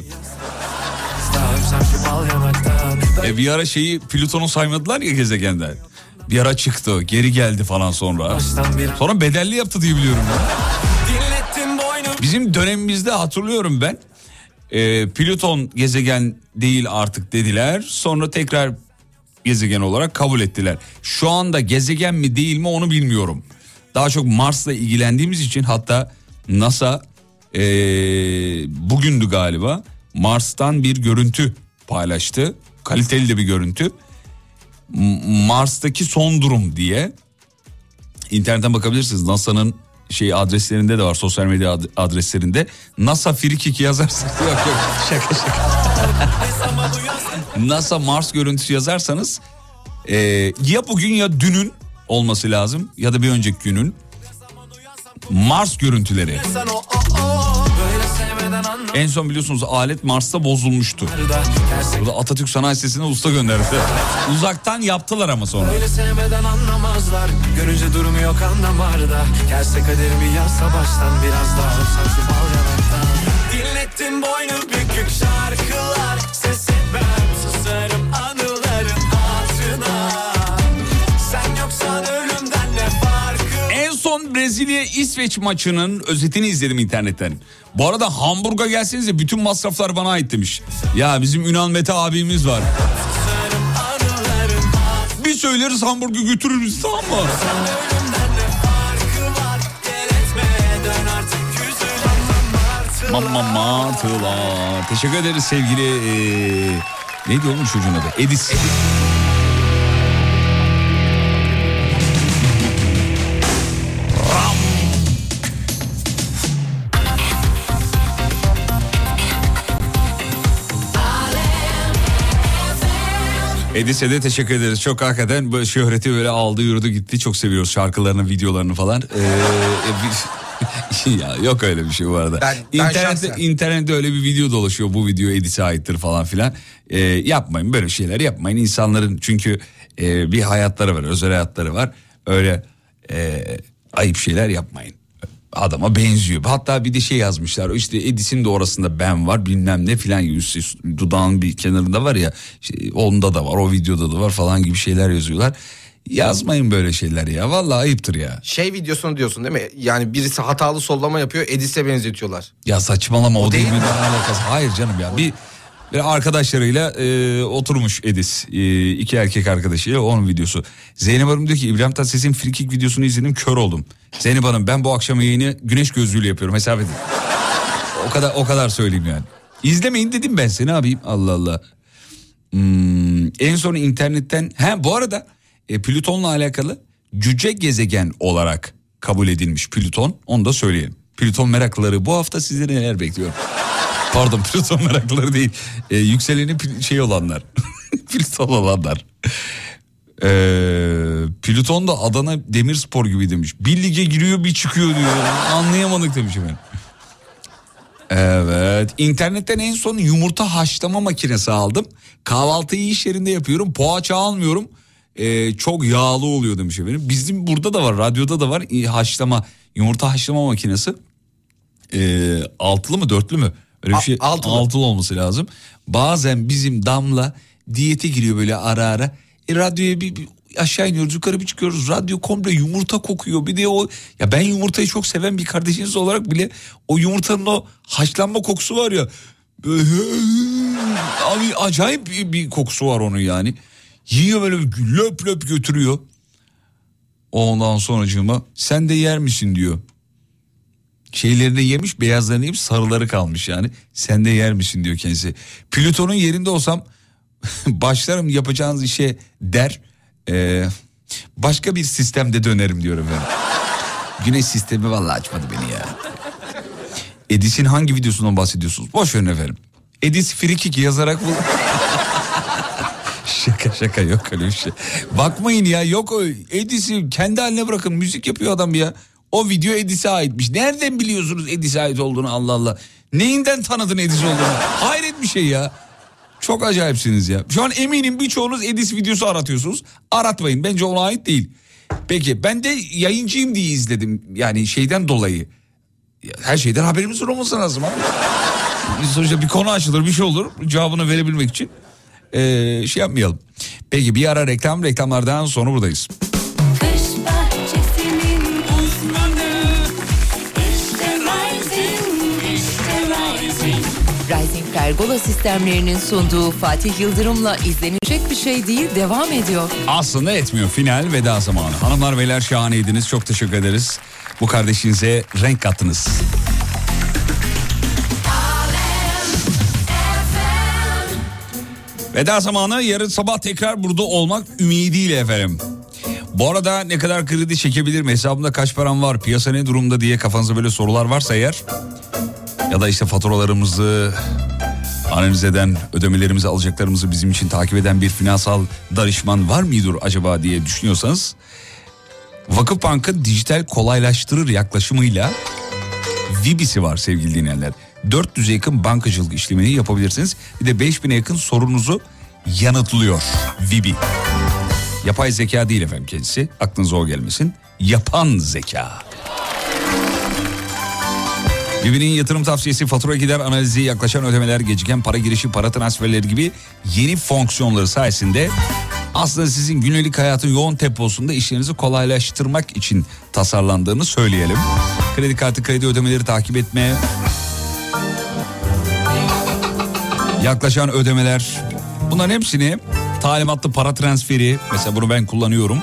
E bir ara şeyi Plüton'u saymadılar ya gezegenden. Bir ara çıktı, geri geldi falan sonra. Sonra bedelli yaptı diye biliyorum ben. Bizim dönemimizde hatırlıyorum ben. E, Plüton gezegen değil artık dediler. Sonra tekrar gezegen olarak kabul ettiler. Şu anda gezegen mi değil mi onu bilmiyorum. Daha çok Mars'la ilgilendiğimiz için, hatta NASA e, bugündü galiba Mars'tan bir görüntü paylaştı. Kaliteli de bir görüntü. Mars'taki son durum diye. İnternetten bakabilirsiniz. NASA'nın şey adreslerinde de var, sosyal medya adreslerinde. NASA Frikik yazarsanız yok yok şaka şaka. NASA Mars görüntüsü yazarsanız e, ya bugün ya dünün olması lazım ya da bir önceki günün Mars görüntüleri. En son biliyorsunuz alet Mars'ta bozulmuştu. Burada Atatürk Sanayi Sitesi'ne usta gönderdi. Uzaktan yaptılar ama sonra. Öyle sevmeden anlamazlar, görünce durumu yok anlamarda. Gelse kaderimi yazsa baştan biraz daha öpsem şu bal yanaktan. Dinlettim boynu bükük şarkılar, ses etmem susarım anıların hatırına. Sen yoksan ölümden ne farkı? En son Brezilya İsveç maçının özetini izledim internetten. Bu arada Hamburg'a gelsenize bütün masraflar bana ait demiş. Ya bizim Ünal Mete abimiz var. Bir söyleriz Hamburg'u götürürüz, tamam mı? Mama martılar. Teşekkür ederiz sevgili ee, neydi oğlum çocuğun adı? Edis. Edis. Edis'e de teşekkür ederiz. Çok hakikaten böyle şöhreti böyle aldı yürüdü gitti. Çok seviyoruz şarkılarını, videolarını falan. Ee, ya yok öyle bir şey bu arada. Ben, ben internette, internette öyle bir video dolaşıyor. Bu video Edis'e aittir falan filan. Ee, yapmayın böyle şeyler yapmayın. İnsanların çünkü e, bir hayatları var, özel hayatları var. Öyle e, ayıp şeyler yapmayın. Adama benziyor. Hatta bir de şey yazmışlar. İşte Edis'in de orasında ben var bilmem ne filan. Dudağın bir kenarında var ya. İşte onda da var, o videoda da var falan gibi şeyler yazıyorlar. Yazmayın böyle şeyler ya. Vallahi ayıptır ya. Şey videosunu diyorsun değil mi? Yani birisi hatalı sollama yapıyor, Edis'e benzetiyorlar. Ya saçmalama, o, o değil mi? Alakası. Hayır canım ya. Bir bir arkadaşlarıyla e, oturmuş Edis. E, iki erkek arkadaşıyla, onun videosu. Zeynep Hanım diyor ki İbrahim Tatlıses'in frikik videosunu izledim, kör oldum. Zeynep Hanım ben bu akşam yayını güneş gözlüğüyle yapıyorum, hesap edin. O kadar o kadar söyleyeyim yani. İzlemeyin dedim ben size, ne yapayım, Allah Allah. Hmm, en son internetten he bu arada e, Plüton'la alakalı cüce gezegen olarak kabul edilmiş Plüton, onu da söyleyelim. Plüton meraklıları bu hafta sizleri neler bekliyor? Pardon, Plüton meraklıları değil. E, yükseleni şey olanlar. Plüton olanlar. E, Plüton da Adana Demirspor gibi demiş. Bir lige giriyor bir çıkıyor diyor. Anlayamadık demiş efendim. Evet. İnternetten en son yumurta haşlama makinesi aldım. Kahvaltıyı iş yerinde yapıyorum. Poğaça almıyorum. E, çok yağlı oluyor demiş efendim. Bizim burada da var, radyoda da var. E, haşlama, yumurta haşlama makinesi. E, altılı mı dörtlü mü? Öyle bir şey, altılı. altılı olması lazım. Bazen bizim Damla diyete giriyor böyle ara ara. E, radyoya bir, bir aşağı iniyoruz, yukarı bir çıkıyoruz. Radyo komple yumurta kokuyor. Bir de o, ya ben yumurtayı çok seven bir kardeşiniz olarak bile o yumurtanın o haşlanma kokusu var ya. Böyle, abi acayip bir, bir kokusu var onun yani. Yiyor böyle löp löp götürüyor. Ondan sonracığıma sen de yer misin diyor. Şeylerini yemiş, beyazlarını yemiş, sarıları kalmış yani. Sen de yer misin diyor kendisi. Plüton'un yerinde olsam başlarım yapacağınız işe der. Ee, başka bir sistemde dönerim diyorum ben. Güneş sistemi vallahi açmadı beni ya. Edis'in hangi videosundan bahsediyorsunuz? Boş verin efendim. Edis Frikik yazarak bu. Şaka şaka yok öyle bir şey. Bakmayın ya, yok o Edis'i kendi haline bırakın, müzik yapıyor adam ya. O video Edis'e aitmiş. Nereden biliyorsunuz Edis'e ait olduğunu, Allah Allah. Neyinden tanıdın Edis olduğunu? Hayret bir şey ya. Çok acayipsiniz ya. Şu an eminim birçoğunuz Edis videosu aratıyorsunuz. Aratmayın, bence ona ait değil. Peki ben de yayıncıyım diye izledim. Yani şeyden dolayı. Her şeyden haberimiz olması lazım abi. Sonuçta bir konu açılır, bir şey olur. Cevabını verebilmek için ee, şey yapmayalım. Peki bir ara reklam, reklamlardan sonra buradayız. Kış bahçesinin uzmanı, işte Rising, işte Rising. Rising Pergola sistemlerinin sunduğu Fatih Yıldırım'la izlenecek bir şey değil devam ediyor. Aslında etmiyor, final veda zamanı. Hanımlar beyler şahaneydiniz, çok teşekkür ederiz. Bu kardeşinize renk kattınız. Veda zamanı, yarın sabah tekrar burada olmak ümidiyle efendim. Bu arada ne kadar kredi çekebilirim, hesabımda kaç param var, piyasa ne durumda diye kafanızda böyle sorular varsa eğer, ya da işte faturalarımızı analiz eden, ödemelerimizi, alacaklarımızı bizim için takip eden bir finansal danışman var mıdır acaba diye düşünüyorsanız, Vakıfbank'ın dijital kolaylaştırır yaklaşımıyla Vibi'si var sevgili dinleyenler. dört yüze yakın bankacılık işlemini yapabilirsiniz. Bir de beş bine yakın sorunuzu yanıtlıyor Vibi. Yapay zeka değil efendim kendisi. Aklınıza o gelmesin. Yapan zeka. Vibi'nin yatırım tavsiyesi, fatura gider analizi, yaklaşan ödemeler, geciken para girişi, para transferleri gibi yeni fonksiyonları sayesinde aslında sizin günlük hayatın yoğun temposunda işlerinizi kolaylaştırmak için tasarlandığını söyleyelim. Kredi kartı, kredi ödemeleri takip etme, yaklaşan ödemeler, bunların hepsini, talimatlı para transferi, mesela bunu ben kullanıyorum.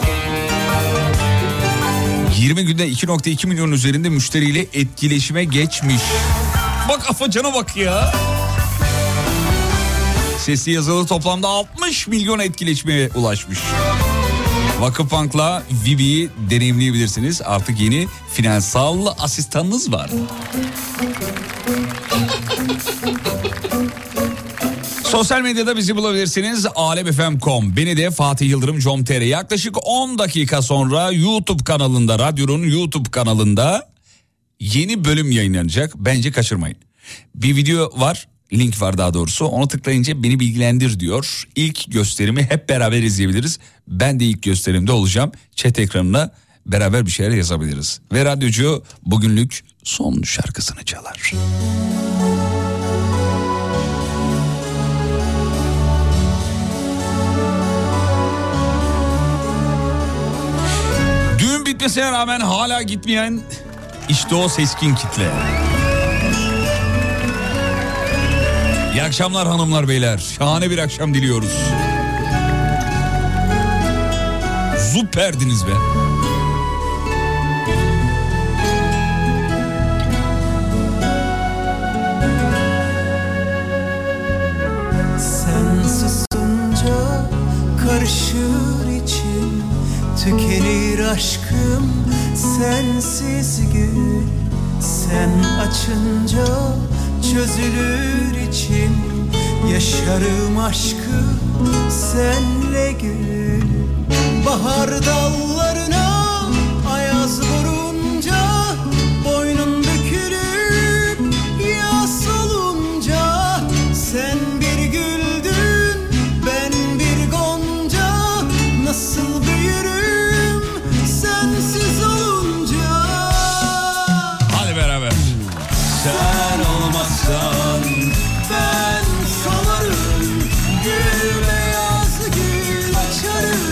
yirmi günde iki nokta iki milyon üzerinde müşteriyle etkileşime geçmiş. Bak afacana bak ya. Sesli yazılı toplamda altmış milyon etkileşmeye ulaşmış. Vakıfbank'la Vibi'yi deneyimleyebilirsiniz. Artık yeni finansal asistanınız var. Sosyal medyada bizi bulabilirsiniz. alem f m nokta com. Beni de Fatih Yıldırım nokta com nokta tr. Yaklaşık on dakika sonra YouTube kanalında, radyonun YouTube kanalında yeni bölüm yayınlanacak. Bence kaçırmayın. Bir video var, link var daha doğrusu. Onu tıklayınca beni bilgilendir diyor. İlk gösterimi hep beraber izleyebiliriz. Ben de ilk gösterimde olacağım. Chat ekranına beraber bir şeyler yazabiliriz. Ve radyocu bugünlük son şarkısını çalar. Düğün bitmesine rağmen hala gitmeyen işte o seskin kitle. İyi akşamlar hanımlar beyler. Şahane bir akşam diliyoruz. Süperdiniz be. Sen susunca karışır içim, tükenir aşkım sensiz gül. Sen açınca çözülür içim, yaşarım aşkı senle gül. Bahar dallarına ayaz vurunca, boynun bükülüp yas olunca, sen bir güldün ben bir gonca, nasıl büyürüm sensiz olunca. Hadi beraber. Sen olmazsan ben solarım, gül beyaz gül açarım.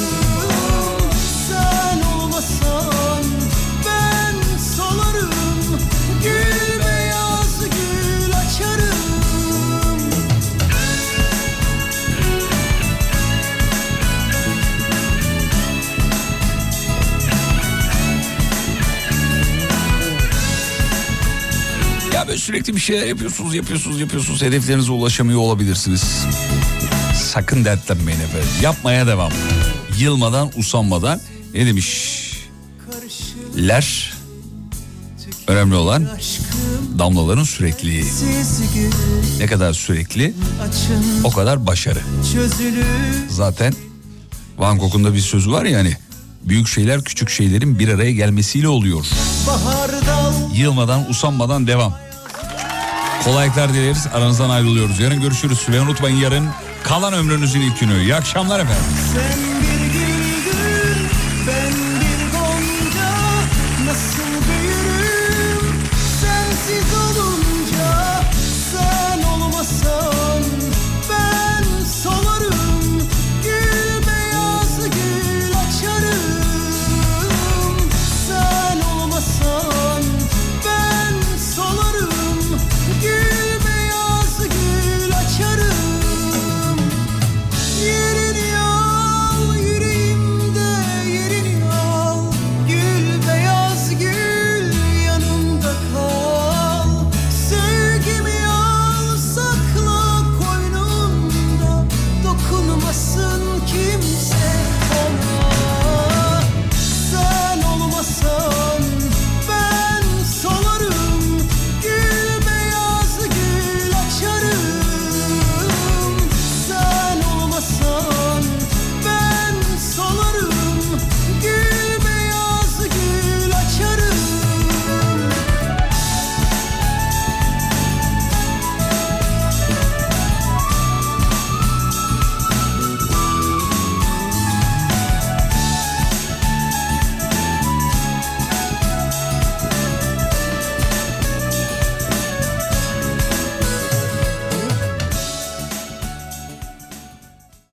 Sen olmazsan ben solarım, gül beyaz gül açarım. Ya böyle sürekli bir şeyler yapıyorsunuz, yapıyorsunuz, yapıyorsunuz. Hedeflerinize ulaşamıyor olabilirsiniz. Sakın dertlenmeyin efendim. Yapmaya devam. Yılmadan, usanmadan. Ne demişler? Önemli olan damlaların sürekliliği. Ne kadar sürekli o kadar başarı. Zaten Van Gogh'un da bir sözü var ya hani, büyük şeyler küçük şeylerin bir araya gelmesiyle oluyor. Yılmadan usanmadan devam. Kolaylıklar dileriz, aranızdan ayrılıyoruz. Yarın görüşürüz ve unutmayın, yarın kalan ömrünüzün ilk günü. İyi akşamlar efendim.